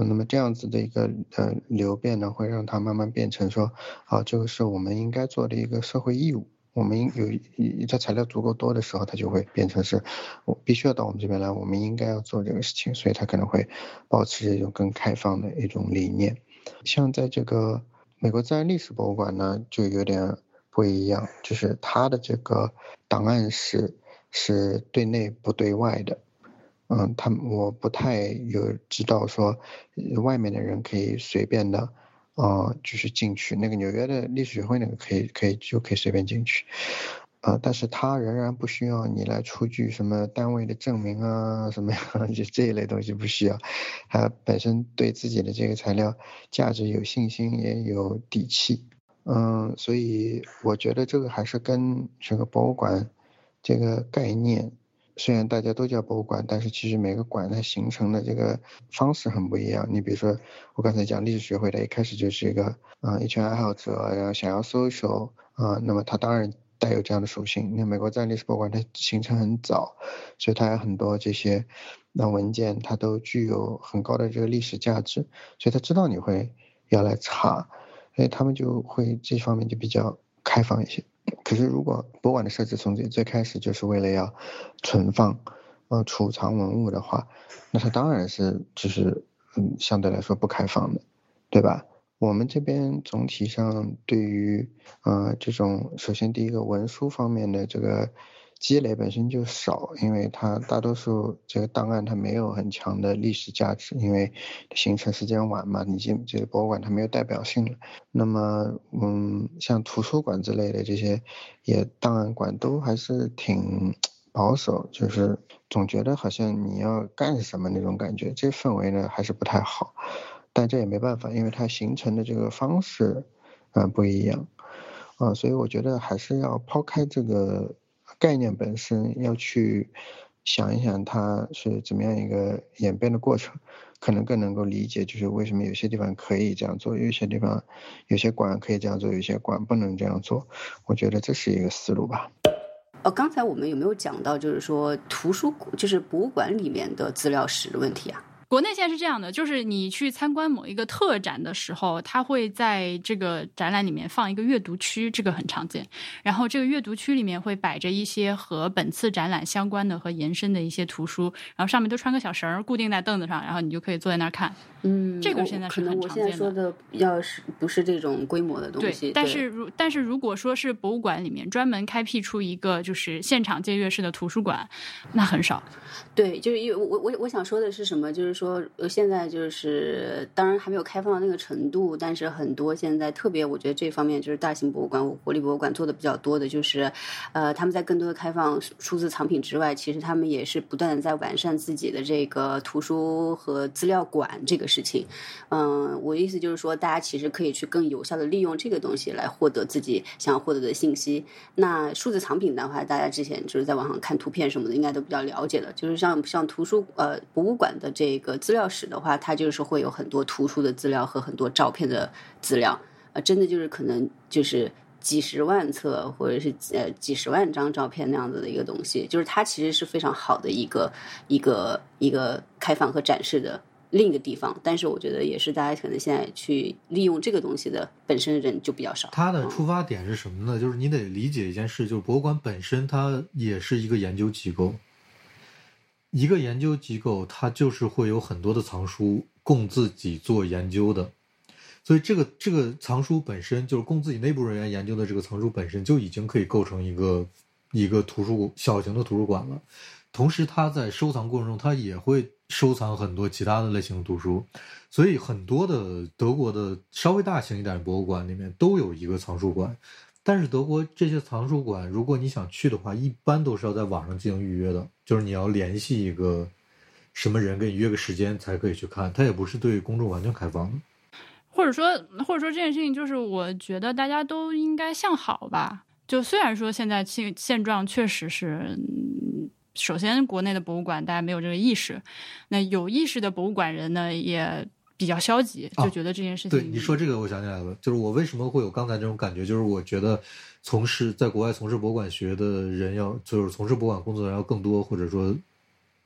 F: 那么这样子的一个流变呢，会让它慢慢变成说，这个是我们应该做的一个社会义务。我们在材料足够多的时候，它就会变成是我必须要到我们这边来，我们应该要做这个事情，所以它可能会保持这种更开放的一种理念。像在这个美国自然历史博物馆呢，就有点不一样，就是它的这个档案室是对内不对外的。我不太知道说外面的人可以随便的就是进去，那个纽约的历史学会那个可以随便进去，但是它仍然不需要你来出具什么单位的证明啊什么就这一类东西不需要，它本身对自己的这个材料价值有信心也有底气，所以我觉得这个还是跟这个博物馆这个概念，虽然大家都叫博物馆，但是其实每个馆它形成的这个方式很不一样。你比如说我刚才讲历史学会，它一开始就是一个一群爱好者，然后想要social那么它当然带有这样的属性。那美国自然历史博物馆它形成很早，所以它有很多这些文件，它都具有很高的这个历史价值，所以它知道你会要来查，所以他们就会这方面就比较开放一些。可是如果博物馆的设置从最开始就是为了要存放储藏文物的话，那它当然是就是相对来说不开放的，对吧？我们这边总体上对于这种首先第一个文书方面的这个积累本身就少，因为它大多数这个档案它没有很强的历史价值，因为形成时间晚嘛，你这个博物馆它没有代表性了。那么像图书馆之类的这些档案馆都还是挺保守，就是总觉得好像你要干什么那种感觉，这氛围呢还是不太好。但这也没办法，因为它形成的这个方式不一样所以我觉得还是要抛开这个概念本身，要去想一想它是怎么样一个演变的过程，可能更能够理解就是为什么有些地方可以这样做，有些地方有些馆可以这样做，有些馆不能这样做，我觉得这是一个思路吧。
B: 刚才我们有没有讲到就是说就是博物馆里面的资料室的问题啊？
A: 国内现在是这样的，就是你去参观某一个特展的时候，它会在这个展览里面放一个阅读区，这个很常见。然后这个阅读区里面会摆着一些和本次展览相关的和延伸的一些图书，然后上面都穿个小绳固定在凳子上，然后你就可以坐在那儿看。这个现在是很常见的。
B: 可能我现在说的要是不是这种规模的东西，
A: 对，但是如果说是博物馆里面专门开辟出一个就是现场借阅式的图书馆，那很少。
B: 对，就是因为我想说的是什么，就是说现在就是当然还没有开放到那个程度，但是很多现在特别我觉得这方面就是大型博物馆、国立博物馆做的比较多的，就是他们在更多的开放数字藏品之外，其实他们也是不断的在完善自己的这个图书和资料馆这个事情。我的意思就是说，大家其实可以去更有效的利用这个东西来获得自己想要获得的信息。那数字藏品的话，大家之前就是在网上看图片什么的，应该都比较了解了。就是像博物馆的这个资料室的话，它就是会有很多图书的资料和很多照片的资料，真的就是可能就是几十万册或者是几十万张照片那样子的一个东西，就是它其实是非常好的一个开放和展示的另一个地方。但是我觉得也是大家可能现在去利用这个东西的本身的人就比较少。
C: 它的出发点是什么呢？就是你得理解一件事，就是博物馆本身它也是一个研究机构，一个研究机构它就是会有很多的藏书供自己做研究的，所以这个藏书本身就是供自己内部人员研究的，这个藏书本身就已经可以构成一个小型的图书馆了。同时它在收藏过程中它也会收藏很多其他的类型的图书，所以很多的德国的稍微大型一点的博物馆里面都有一个藏书馆。但是德国这些藏书馆如果你想去的话，一般都是要在网上进行预约的，就是你要联系一个什么人跟你约个时间才可以去看，它也不是对公众完全开放的。
A: 或者说这件事情，就是我觉得大家都应该向好吧。就虽然说现在现状确实是，首先国内的博物馆大家没有这个意识，那有意识的博物馆人呢也比较消极，就觉得这件事情。
C: 对，你说这个我想起来了，就是我为什么会有刚才这种感觉，就是我觉得在国外从事博物馆学的人就是从事博物馆工作的人要更多，或者说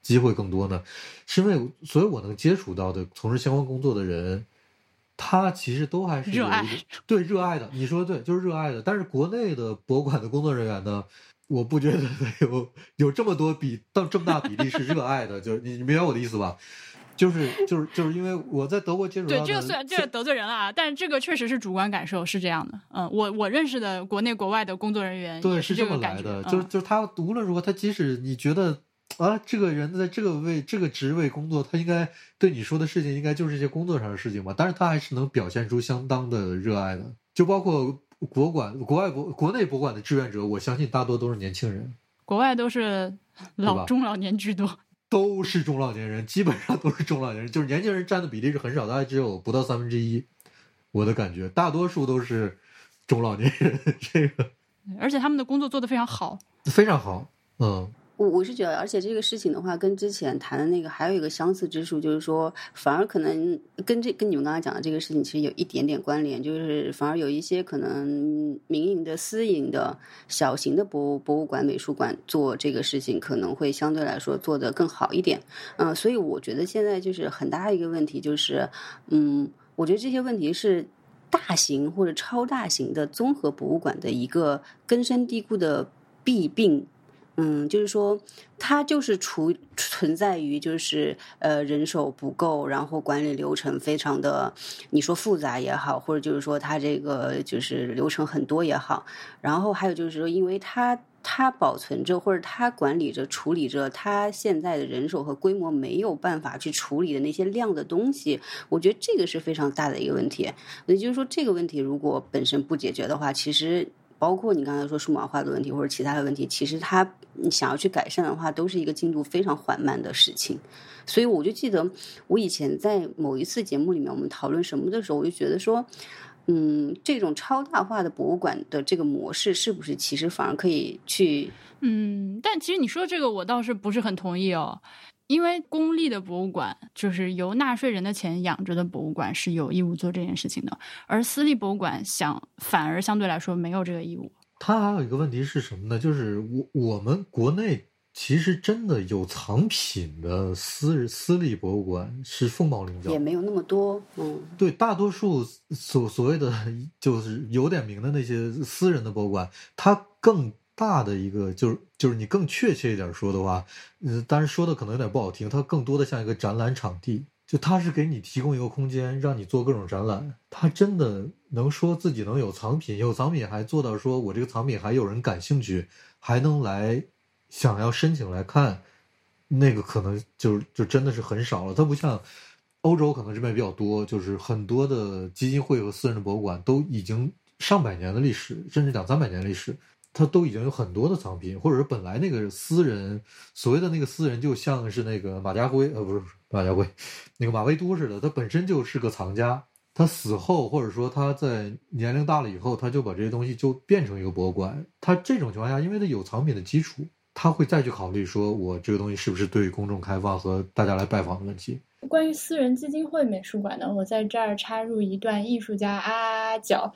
C: 机会更多呢？是因为所有我能接触到的从事相关工作的人，他其实都还是
A: 热爱，
C: 对热爱的。你说的对，就是热爱的。但是国内的博物馆的工作人员呢，我不觉得有这么多这么大比例是热爱的，就是你明白我的意思吧？就是因为我在德国接触到的，
A: 对，这个虽然这个得罪人了啊，但是这个确实是主观感受，是这样的。我认识的国内国外的工作人员
C: 对
A: 是
C: 这么来的，就是他无论如何，他即使你觉得啊，这个人在这个职位工作，他应该对你说的事情应该就是一些工作上的事情嘛，但是他还是能表现出相当的热爱的。就包括国内博物馆的志愿者，我相信大多都是年轻人，
A: 国外都是中老年居多。
C: 都是中老年人，基本上都是中老年人，就是年轻人占的比例是很少，大概只有不到1/3。我的感觉，大多数都是中老年人。这个，
A: 而且他们的工作做得非常好，
C: 非常好。
B: 我是觉得，而且这个事情的话，跟之前谈的那个还有一个相似之处，就是说，反而可能跟你们刚才讲的这个事情其实有一点点关联，就是反而有一些可能民营的、私营的、小型的博物馆、美术馆做这个事情，可能会相对来说做得更好一点。所以我觉得现在就是很大一个问题，就是我觉得这些问题是大型或者超大型的综合博物馆的一个根深蒂固的弊病。就是说，它就是存在于就是人手不够，然后管理流程非常的，你说复杂也好，或者就是说它这个就是流程很多也好，然后还有就是说，因为它保存着或者它管理着处理着它现在的人手和规模没有办法去处理的那些量的东西，我觉得这个是非常大的一个问题。也就是说，这个问题如果本身不解决的话，其实包括你刚才说数码化的问题或者其他的问题，其实它想要去改善的话，都是一个进度非常缓慢的事情。所以我就记得我以前在某一次节目里面我们讨论什么的时候，我就觉得说这种超大化的博物馆的这个模式是不是其实反而可以去
A: 但其实你说这个我倒是不是很同意哦。因为公立的博物馆就是由纳税人的钱养着的博物馆是有义务做这件事情的，而私立博物馆反而相对来说没有这个义务。
C: 它还有一个问题是什么呢？就是我们国内其实真的有藏品的私立博物馆是凤毛麟角，也
B: 没有那么多。
C: 对，大多数所谓的就是有点名的那些私人的博物馆，它更大的一个就是你更确切一点说的话，当然说的可能有点不好听，它更多的像一个展览场地，就它是给你提供一个空间让你做各种展览。它真的能说自己能有藏品还做到说我这个藏品还有人感兴趣，还能来想要申请来看，那个可能就真的是很少了。它不像欧洲可能这边比较多，就是很多的基金会和私人的博物馆都已经上百年的历史，甚至200-300年的历史，它都已经有很多的藏品，或者是本来那个私人所谓的那个私人就像是那个马家辉不是马家辉，那个马未都似的，他本身就是个藏家，他死后或者说他在年龄大了以后，他就把这些东西就变成一个博物馆。他这种情况下，因为他有藏品的基础，他会再去考虑说我这个东西是不是对公众开放和大家来拜访的问题。
G: 关于私人基金会美术馆呢，我在这儿插入一段艺术家阿角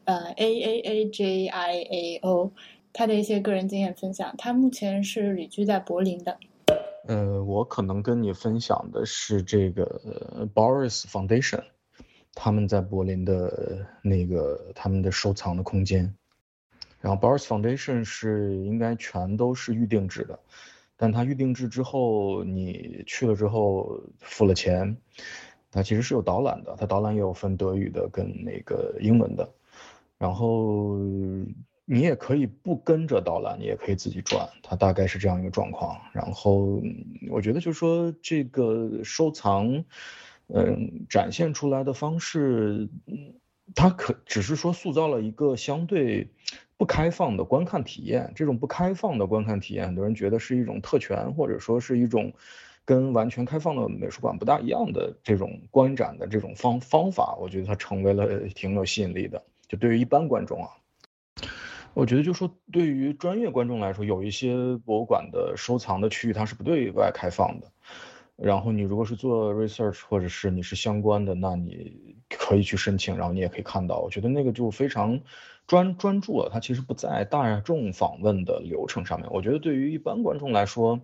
G: AAAJIAO 他的一些个人经验分享。他目前是旅居在柏林的。
H: 我可能跟你分享的是这个Boris Foundation 他们在柏林的那个他们的收藏的空间。然后 Boris Foundation 是应该全都是预定制的，但它预定制之后你去了之后付了钱，它其实是有导览的，它导览也有分德语的跟那个英文的，然后你也可以不跟着导览，你也可以自己转，它大概是这样一个状况。然后我觉得就是说这个收藏展现出来的方式，它只是说塑造了一个相对不开放的观看体验。这种不开放的观看体验，很多人觉得是一种特权，或者说是一种跟完全开放的美术馆不大一样的这种观展的这种方法，我觉得它成为了挺有吸引力的。就对于一般观众啊，我觉得就说对于专业观众来说，有一些博物馆的收藏的区域它是不对外开放的，然后你如果是做 research 或者是你是相关的，那你可以去申请，然后你也可以看到。我觉得那个就非常专注了，它其实不在大众访问的流程上面。我觉得对于一般观众来说，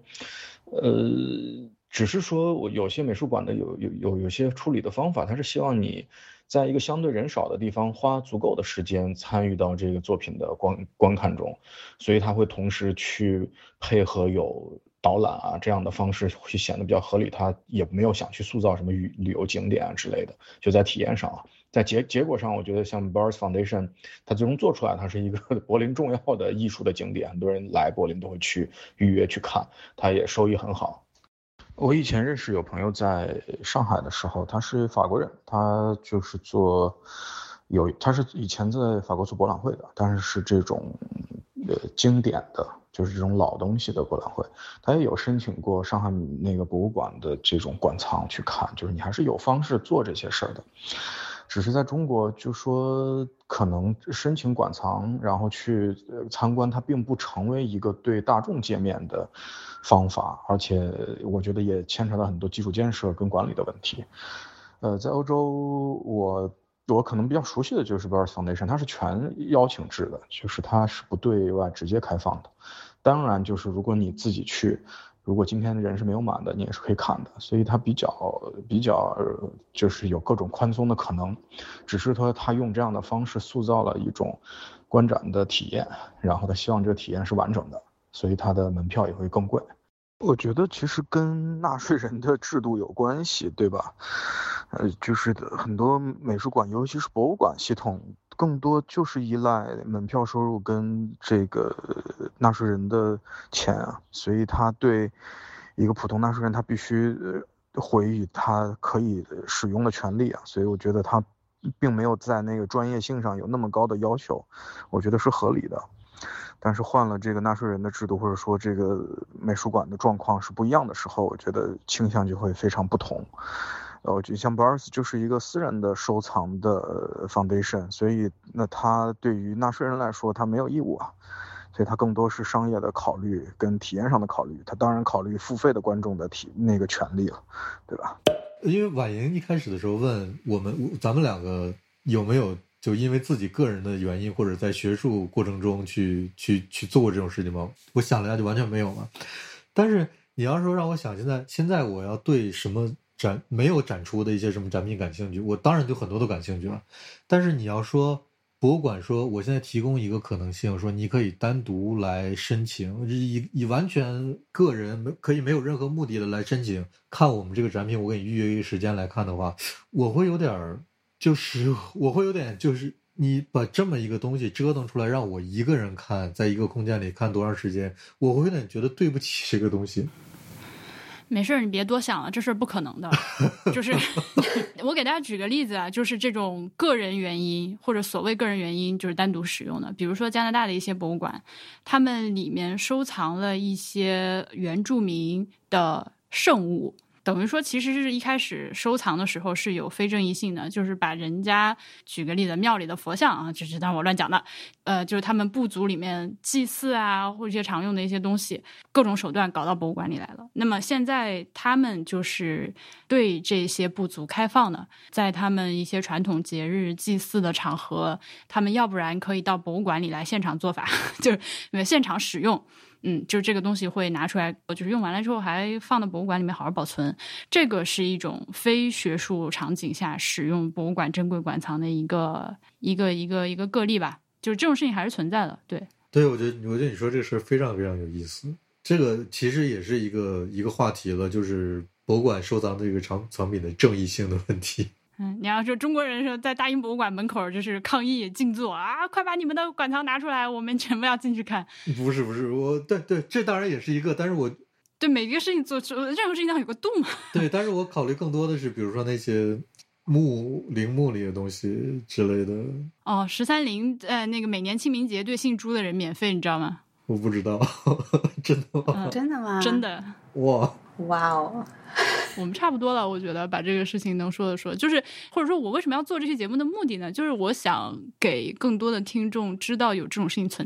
H: 只是说我有些美术馆的有些处理的方法，它是希望你在一个相对人少的地方花足够的时间参与到这个作品的观看中，所以它会同时去配合有导览啊这样的方式，会显得比较合理。它也没有想去塑造什么旅游景点啊之类的，就在体验上啊，在结果上，我觉得像 Bars Foundation 它最终做出来，它是一个柏林重要的艺术的景点，很多人来柏林都会去预约去看，它也收益很好。我以前认识有朋友在上海的时候，他是法国人，他就是他是以前在法国做博览会的，但是这种经典的，就是这种老东西的博览会，他也有申请过上海那个博物馆的这种馆藏去看，就是你还是有方式做这些事儿的。只是在中国，就说可能申请馆藏，然后去参观，它并不成为一个对大众界面的方法，而且我觉得也牵扯到很多基础建设跟管理的问题。在欧洲，我可能比较熟悉的就是 Bars Foundation， 它是全邀请制的，就是它是不对外直接开放的。当然，就是如果你自己去，如果今天的人是没有满的，你也是可以看的，所以它比较就是有各种宽松的可能，只是说他用这样的方式塑造了一种观展的体验，然后他希望这个体验是完整的，所以它的门票也会更贵。我觉得其实跟纳税人的制度有关系，对吧？就是很多美术馆，尤其是博物馆系统，更多就是依赖门票收入跟这个纳税人的钱啊，所以他对一个普通纳税人，他必须回予他可以使用的权利啊，所以我觉得他并没有在那个专业性上有那么高的要求，我觉得是合理的。但是换了这个纳税人的制度，或者说这个美术馆的状况是不一样的时候，我觉得倾向就会非常不同。就像 Bars 就是一个私人的收藏的 foundation， 所以那他对于纳税人来说，他没有义务啊，所以他更多是商业的考虑跟体验上的考虑。他当然考虑付费的观众的那个权利了，对吧？
C: 因为婉莹一开始的时候问咱们两个有没有就因为自己个人的原因或者在学术过程中去做过这种事情吗？我想了一下，就完全没有嘛。但是你要说让我想现在我要对什么没有展出的一些什么展品感兴趣，我当然就很多都感兴趣了。但是你要说博物馆说我现在提供一个可能性，说你可以单独来申请，以完全个人可以没有任何目的的来申请看我们这个展品，我给你预约一个时间来看的话，我会有点就是你把这么一个东西折腾出来让我一个人看，在一个空间里看多长时间，我会有点觉得对不起这个东西。
A: 没事，你别多想了，这事儿不可能的。就是我给大家举个例子啊，就是这种个人原因或者所谓个人原因就是单独使用的，比如说加拿大的一些博物馆，他们里面收藏了一些原住民的圣物，等于说其实是一开始收藏的时候是有非正义性的，就是把人家举个例子庙里的佛像啊，就是当然我乱讲的，就是他们部族里面祭祀啊或者一些常用的一些东西，各种手段搞到博物馆里来了。那么现在他们就是对这些部族开放的，在他们一些传统节日祭祀的场合，他们要不然可以到博物馆里来现场做法，就是现场使用。就是这个东西会拿出来，就是用完了之后还放到博物馆里面好好保存。这个是一种非学术场景下使用博物馆珍贵馆藏的一个个例吧。就是这种事情还是存在的，对，
C: 我觉得你说这个事非常非常有意思。这个其实也是一个话题了，就是博物馆收藏这个藏品的正义性的问题。
A: 你要说中国人说在大英博物馆门口就是抗议静坐啊，快把你们的馆藏拿出来，我们全部要进去看。
C: 不是，对，这当然也是一个，但是我
A: 对每个事情做任何事情都要有个度嘛。
C: 对，但是我考虑更多的是，比如说那些陵墓里的东西之类的。
A: 哦，13陵那个每年清明节对姓朱的人免费，你知道吗？
C: 我不知道。真的吗？
B: 真的吗？
A: 真的。
B: 哇哦。
A: 我们差不多了，我觉得把这个事情能说的说，就是或者说我为什么要做这期节目的目的呢？就是我想给更多的听众知道有这种事情存在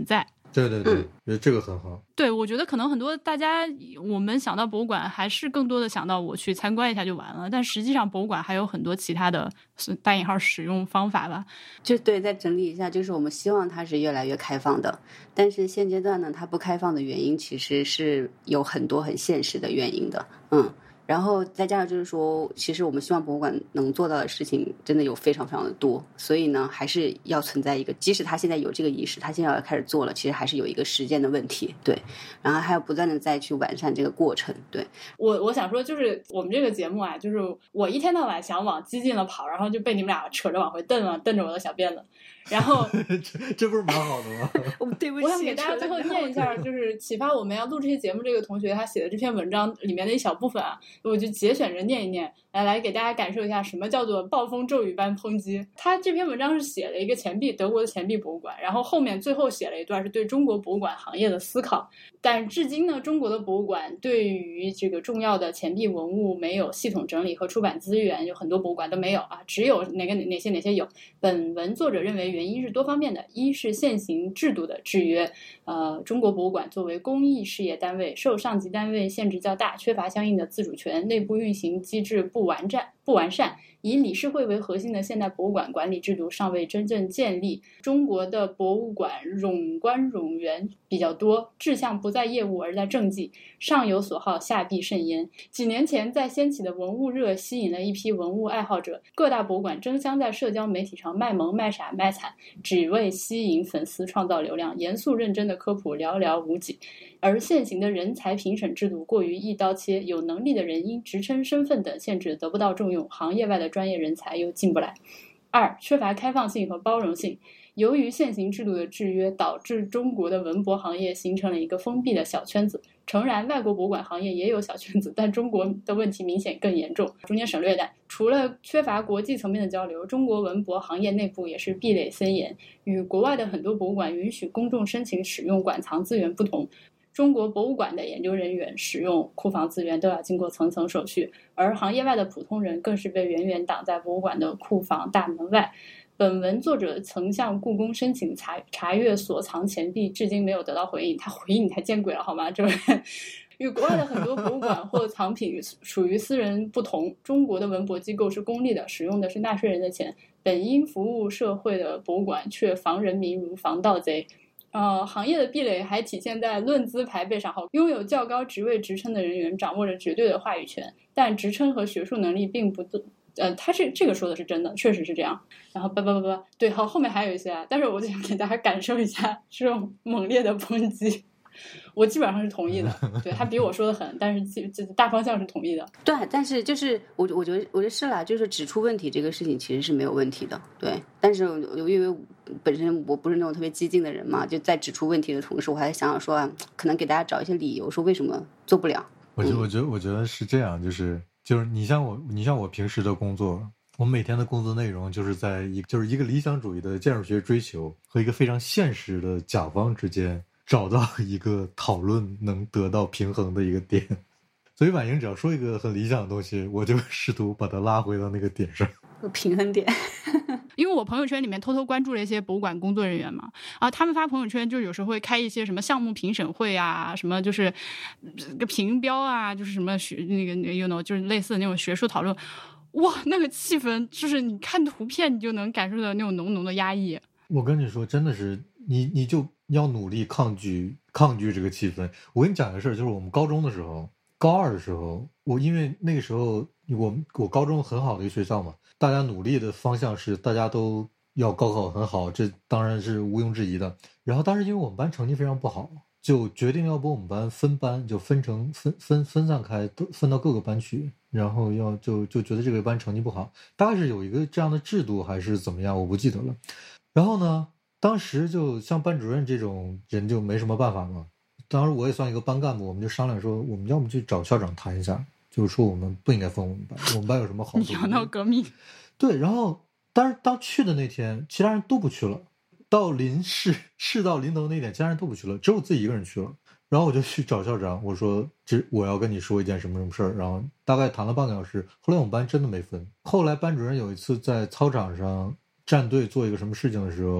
C: 对对对，觉得这个很好。
A: 对，我觉得可能很多大家我们想到博物馆，还是更多的想到我去参观一下就完了，但实际上博物馆还有很多其他的大引号使用方法吧。
B: 就对，再整理一下，就是我们希望它是越来越开放的，但是现阶段呢，它不开放的原因其实是有很多很现实的原因的，然后再加上就是说，其实我们希望博物馆能做到的事情真的有非常非常的多，所以呢，还是要存在一个，即使他现在有这个意识，他现在要开始做了，其实还是有一个实践的问题，对，然后还要不断的再去完善这个过程，对。
G: 我想说，就是我们这个节目啊，就是我一天到晚想往激进了跑，然后就被你们俩扯着往回蹬了，蹬着我的小辫子。然后
C: 这不是蛮好的吗？
B: 对不起，
G: 我想给大家最后念一下，就是启发我们要录这些节目这个同学他写的这篇文章里面的一小部分啊，我就节选着念一念，来给大家感受一下什么叫做暴风骤雨般抨击。他这篇文章是写了一个德国的钱币博物馆，然后后面最后写了一段是对中国博物馆行业的思考。但至今呢，中国的博物馆对于这个重要的钱币文物没有系统整理和出版资源，有很多博物馆都没有啊，只有哪些有。本文作者认为原因是多方面的，一是现行制度的制约，中国博物馆作为公益事业单位，受上级单位限制较大，缺乏相应的自主权，内部运行机制不完善，以理事会为核心的现代博物馆管理制度尚未真正建立。中国的博物馆冗官冗员比较多，志向不在业务而在政绩，上有所好，下必甚焉。几年前在掀起的文物热吸引了一批文物爱好者，各大博物馆争相在社交媒体上卖萌卖傻卖惨，只为吸引粉丝创造流量，严肃认真的科普寥寥无几。而现行的人才评审制度过于一刀切，有能力的人因职称身份等限制得不到重用，行业外的专业人才又进不来。二，缺乏开放性和包容性。由于现行制度的制约，导致中国的文博行业形成了一个封闭的小圈子。诚然，外国博物馆行业也有小圈子，但中国的问题明显更严重。中间省略带，除了缺乏国际层面的交流，中国文博行业内部也是壁垒森严。与国外的很多博物馆允许公众申请使用馆藏资源不同，中国博物馆的研究人员使用库房资源都要经过层层手续，而行业外的普通人更是被远远挡在博物馆的库房大门外。本文作者曾向故宫申请查阅所藏钱币，至今没有得到回应。他回应你太见鬼了好吗？这位与国外的很多博物馆或藏品属于私人不同，中国的文博机构是公立的，使用的是纳税人的钱，本应服务社会的博物馆却防人民如防盗贼。行业的壁垒还体现在论资排辈上，拥有较高职位职称的人员掌握着绝对的话语权，但职称和学术能力并不他这个说的是真的，确实是这样。然后对，好，后面还有一些啊，但是我就想给大家感受一下这种猛烈的抨击。我基本上是同意的，对，他比我说的狠，但是大方向是同意的。
B: 对，但是就是我觉得是啦，就是指出问题这个事情其实是没有问题的，对。但是因为本身我不是那种特别激进的人嘛，就在指出问题的同时，我还想说啊，可能给大家找一些理由，说为什么做不了。
C: 我觉得是这样，就是你像我平时的工作，我每天的工作内容就是一个理想主义的建筑学追求和一个非常现实的甲方之间找到一个讨论能得到平衡的一个点。所以婉莹只要说一个很理想的东西，我就试图把它拉回到那个点上，
B: 平衡点。
A: 因为我朋友圈里面偷偷关注了一些博物馆工作人员嘛，他们发朋友圈就有时候会开一些什么项目评审会啊，什么就是个评标啊，就是什么就是类似的那种学术讨论。哇，那个气氛就是你看图片你就能感受到那种浓浓的压抑。
C: 我跟你说，真的是你就要努力抗拒这个气氛。我跟你讲个事儿，就是我们高中的时候，高二的时候，因为那个时候我高中很好的一个学校嘛，大家努力的方向是大家都要高考很好，这当然是毋庸置疑的。然后当时因为我们班成绩非常不好，就决定要把我们班分班，就分散开，都分到各个班去。然后就觉得这个班成绩不好，大概是有一个这样的制度还是怎么样，我不记得了。然后呢，当时就像班主任这种人就没什么办法嘛。当时我也算一个班干部，我们就商量说，我们要么去找校长谈一下，就是说我们不应该分我们班，我们班有什么好处。
A: 你要闹革命？
C: 对，然后当去的那天，其他人都不去了。到事到临头那天，其他人都不去了，只有我自己一个人去了。然后我就去找校长，我说我要跟你说一件什么什么事儿。然后大概谈了半个小时，后来我们班真的没分。后来班主任有一次在操场上站队做一个什么事情的时候，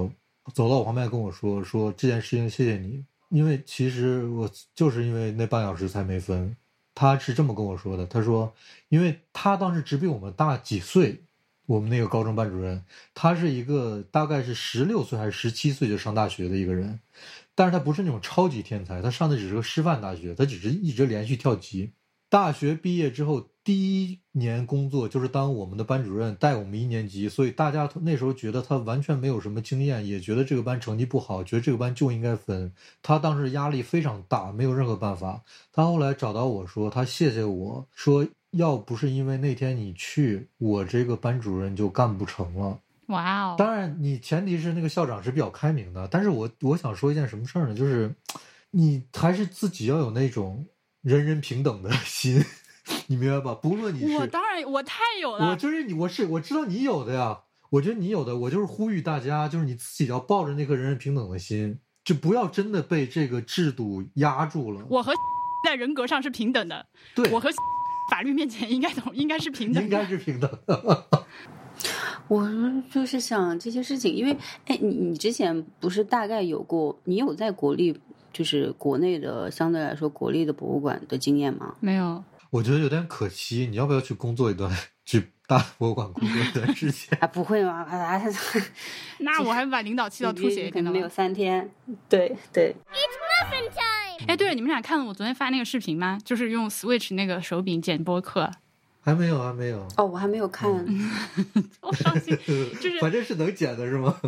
C: 走到我旁边跟我说这件事情谢谢你，因为其实我就是因为那半小时才没分。他是这么跟我说的，他说因为他当时只比我们大几岁，我们那个高中班主任，他是一个大概是16岁还是17岁就上大学的一个人，但是他不是那种超级天才，他上的只是个师范大学，他只是一直连续跳级。大学毕业之后第一年工作就是当我们的班主任，带我们1年级，所以大家那时候觉得他完全没有什么经验，也觉得这个班成绩不好，觉得这个班就应该分。他当时压力非常大，没有任何办法。他后来找到我说他谢谢我，说要不是因为那天你去，我这个班主任就干不成了。
A: 哇哦！
C: 当然你前提是那个校长是比较开明的，但是我想说一件什么事儿呢，就是你还是自己要有那种人人平等的心，你明白吧？不论你是，
A: 我当然我太有了，
C: 我就是你，我知道你有的呀，我觉得你有的，我就是呼吁大家，就是你自己要抱着那颗人人平等的心，就不要真的被这个制度压住了。
A: 我和在人格上是平等的，
C: 对，
A: 我和法律面前应该是平等的，
C: 应该是平等的。
B: 我就是想这些事情，因为你之前不是大概有过，你有在就是国内的相对来说国立的博物馆的经验吗？
A: 没有。
C: 我觉得有点可惜，你要不要去工作一段，去大博物馆工作一段时间？
B: 啊，不会吗？
A: 那我还把领导气到吐血一天的，
B: 没有3天。对。
A: 哎，对了，你们俩看了我昨天发那个视频吗？就是用 Switch 那个手柄剪播客。
C: 还没有。
B: 哦，我还没有看。
A: 我伤心，就是
C: 反正是能剪的是吗？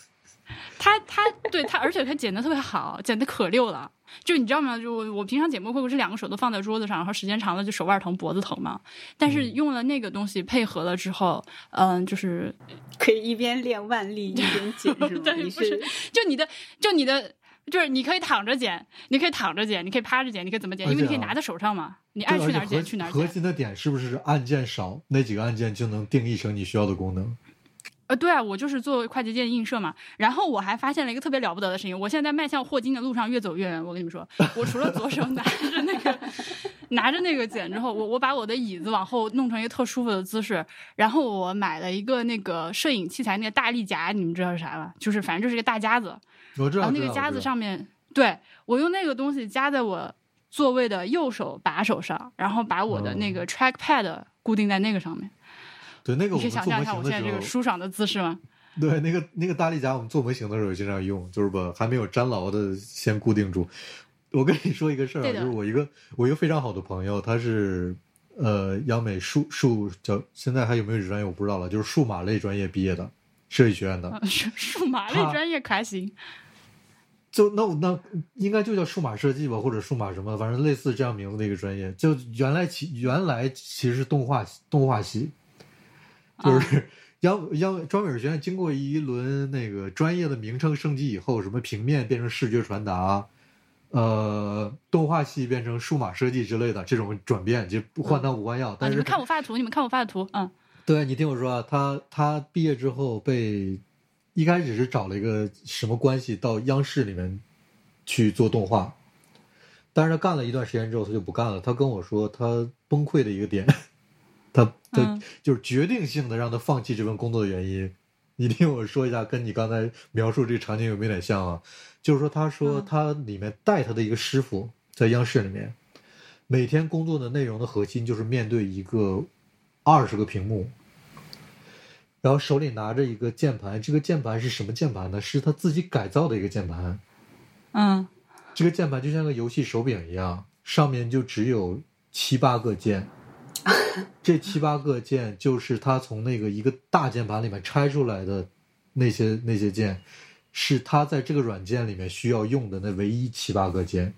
A: 他而且他剪得特别好，剪得可溜了。就你知道吗？就我平常剪播客，我是2个手都放在桌子上，然后时间长了就手腕疼、脖子疼嘛。但是用了那个东西配合了之后，就是
B: 可以一边练腕力一边剪，是吗？
A: 对，不是，就你的，就是你可以躺着剪，你可以躺着剪，你可以趴着剪，你可以怎么剪？因为你可以拿在手上嘛，你爱去哪儿剪去哪儿剪。
C: 核心的点是不是按键少？那几个按键就能定义成你需要的功能？
A: 对啊，我就是做快捷键映射嘛。然后我还发现了一个特别了不得的事情，我现在在迈向霍金的路上越走越远。我跟你们说，我除了左手拿着那个剪之后，我把我的椅子往后弄成一个特舒服的姿势，然后我买了一个那个摄影器材那个大力夹，你们知道是啥吧？就是反正就是一个大夹子，
C: 我知道。
A: 然后那个夹子上面，对，我用那个东西夹在我座位的右手把手上，然后把我的那个 trackpad 固定在那个上面。
C: 对，那个我们
A: 你可以想象一下我现在这个舒爽的姿势吗？
C: 对，那个大力夹我们做模型的时候经常用，就是把还没有粘牢的先固定住。我跟你说一个事儿啊，就是我一个非常好的朋友，他是央美叫现在还有没有这专业我不知道了，就是数码类专业毕业的，设计学院的。
A: 数码类专业可还行？
C: 就那应该就叫数码设计吧，或者数码什么，反正类似这样名字的一个专业。就原来其实是动画系。就是专美学院经过一轮那个专业的名称升级以后，什么平面变成视觉传达，动画系变成数码设计之类的这种转变，就换汤不换药。但是
A: 你们看我发的图，
C: 对，你听我说啊，他毕业之后一开始是找了一个什么关系到央视里面去做动画，但是他干了一段时间之后他就不干了。他跟我说他崩溃的一个点。他就是决定性的让他放弃这份工作的原因，你听我说一下，跟你刚才描述这个场景有没有点像啊？就是说，他说他里面带他的一个师傅在央视里面，每天工作的内容的核心就是面对一个20个屏幕，然后手里拿着一个键盘，这个键盘是什么键盘呢？是他自己改造的一个键盘。这个键盘就像个游戏手柄一样，上面就只有7、8个键。这7、8个键就是他从那个一个大键盘里面拆出来的那些键，是他在这个软件里面需要用的那唯一7、8个键。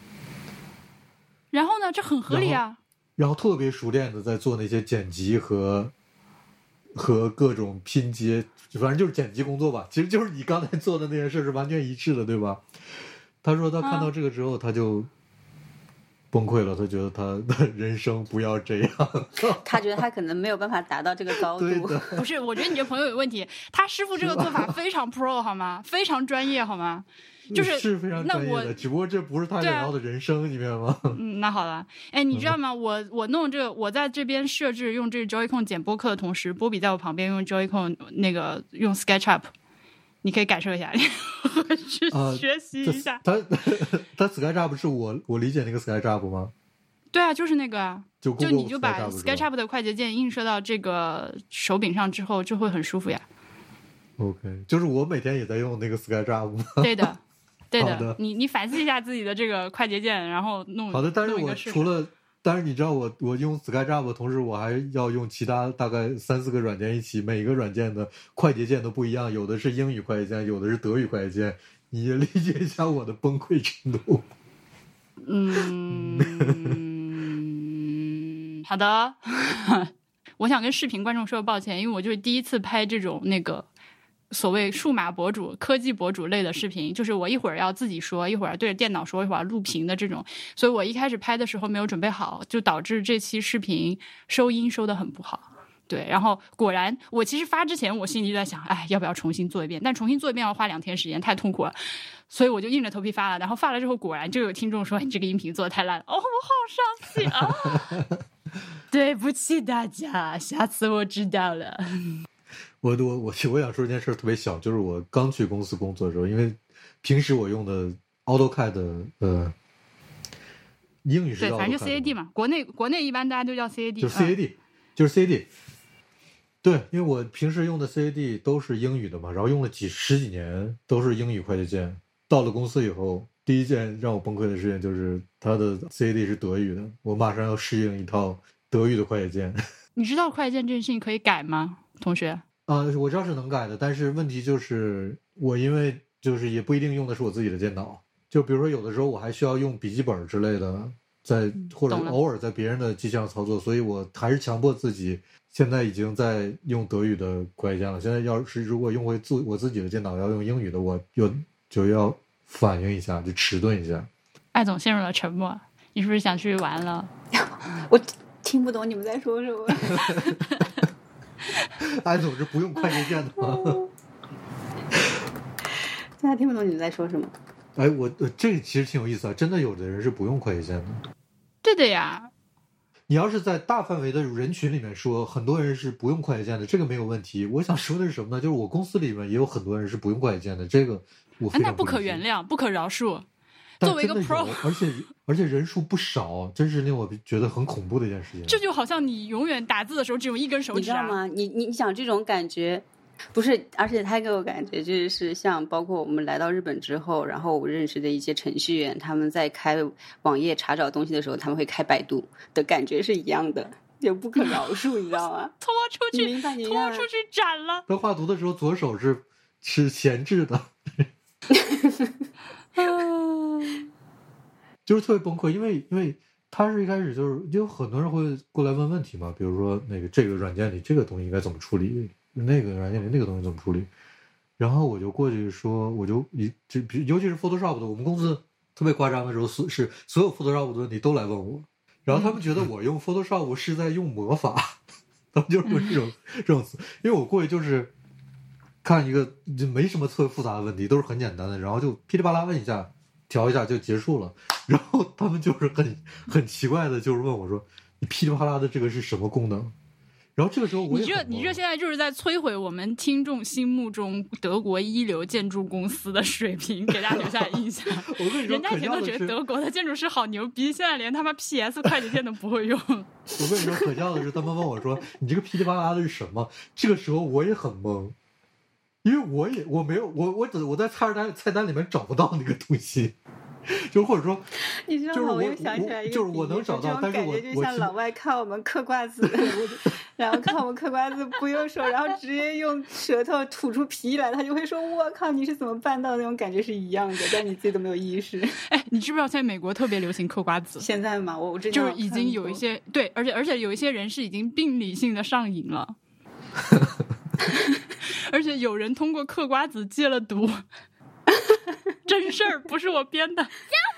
A: 然后呢，这很合理啊。
C: 然后特别熟练的在做那些剪辑和各种拼接，反正就是剪辑工作吧。其实就是你刚才做的那件事是完全一致的，对吧？他说他看到这个之后，他就崩溃了，他觉得他的人生不要这样。
B: 他觉得他可能没有办法达到这个高度。
A: 不是，我觉得你这朋友有问题。他师傅这个做法非常 pro 好吗？非常专业好吗？
C: 是非常专业的，只不过这不是他想要的人生，你明白吗？
A: 那好了，哎，你知道吗？我弄这个，我在这边设置用这个 Joy-Con 剪播客的同时，波比在我旁边用 Joy-Con 那个用 SketchUp 你可以感受一下，回去学习一下。
C: 他 SketchUp 是我理解那个 SketchUp 吗？
A: 对啊，就是那个啊，就你就把
C: SketchUp
A: 的快捷键映射到这个手柄上之后，就会很舒服呀。
C: OK， 就是我每天也在用那个 SketchUp 吗？
A: 对的，对
C: 的。
A: 你反思一下自己的这个快捷键，然后弄
C: 好的。但是我除了，但是你知道我用 SketchUp 同时我还要用其他大概3-4个软件一起，每一个软件的快捷键都不一样，有的是英语快捷键，有的是德语快捷键，你也理解一下我的崩溃程度。
A: 好的。我想跟视频观众说抱歉，因为我就是第一次拍这种那个所谓数码博主、科技博主类的视频，就是我一会儿要自己说，一会儿对着电脑说，一会儿录屏的这种，所以我一开始拍的时候没有准备好，就导致这期视频收音收得很不好。对，然后果然我其实发之前我心里就在想，哎，要不要重新做一遍，但重新做一遍要花2天时间，太痛苦了，所以我就硬着头皮发了。然后发了之后果然就有听众说，你这个音频做得太烂了。哦，我好伤心啊。对不起大家，下次我知道了。
C: 我想说一件事特别小，就是我刚去公司工作的时候，因为平时我用的 AutoCAD 英语是
A: 对，反正就 CAD 嘛，国内一般大家都叫 CAD，
C: 就是 CAD。对，因为我平时用的 CAD 都是英语的嘛，然后用了十几年都是英语快捷键。到了公司以后，第一件让我崩溃的事情就是它的 CAD 是德语的，我马上要适应一套德语的快捷键。
A: 你知道快捷键这件事情可以改吗，同学？
C: 我知道是能改的，但是问题就是我因为就是也不一定用的是我自己的电脑，就比如说有的时候我还需要用笔记本之类的，或者偶尔在别人的机器上操作，所以我还是强迫自己。现在已经在用德语的快捷键了。现在如果用回我自己的电脑要用英语的，我就要反应一下，就迟钝一下。
A: 艾总陷入了沉默，你是不是想去玩了？
B: 我听不懂你们在说什么。
C: 艾总是不用快捷键的吗？
B: 大家听不懂你们在说什么。
C: 哎，这个其实挺有意思啊，真的有的人是不用快捷键的。
A: 对的呀。
C: 你要是在大范围的人群里面说很多人是不用快捷键的，这个没有问题。我想说的是什么呢？就是我公司里面也有很多人是不用快捷键的，这个我非常
A: 那不可原谅，不可饶恕。作为一个 pro，
C: 而且人数不少，真是令我觉得很恐怖的一件事情。
A: 这就好像你永远打字的时候只用一根手指，
B: 你知道吗？你想这种感觉。不是，而且他给我感觉就是像包括我们来到日本之后，然后我认识的一些程序员，他们在开网页查找东西的时候，他们会开百度的感觉是一样的，就不可饶恕，你知道吗？
A: 拖出去，拖出去斩了。
C: 他画图的时候左手是闲置的，就是特别崩溃，因为他是一开始就是有很多人会过来问问题嘛，比如说这个软件里这个东西应该怎么处理。那个软件里那个东西怎么处理？然后我就过去说，尤其是 Photoshop 的，我们公司特别夸张的时候，是所有 Photoshop 的问题都来问我，然后他们觉得我用 Photoshop 是在用魔法，他们就是问这种词，因为我过去就是看一个就没什么特别复杂的问题，都是很简单的，然后就噼里啪啦问一下，调一下就结束了，然后他们就是很奇怪的，就是问我说，你噼里啪啦的这个是什么功能？然后这个时候你
A: 这现在就是在摧毁我们听众心目中德国一流建筑公司的水平，给大家留下印象。
C: 我跟你说，
A: 人家以前都觉得德国的建筑师好牛逼，现在连他妈 PS 快捷键都不会用。
C: 我跟你说，可笑的是，他们问我说：“你这个噼里啪啦的是什么？”这个时候我也很懵，因为我没有我在菜单里面找不到那个东西。就或者说，
B: 你知道吗？我又想起来一个，
C: 就是我能找到，但是我
B: 就像老外看我们嗑瓜子，然后看我们嗑瓜子不用手，然后直接用舌头吐出皮来，他就会说：“我靠，你是怎么办到的？”那种感觉是一样的，但你自己都没有意识。
A: 哎，你知不知道现在美国特别流行嗑瓜子？
B: 现在嘛，我知道，
A: 就是已经有一些对，而且有一些人是已经病理性的上瘾了，而且有人通过嗑瓜子戒了毒。真事儿，不是我编的。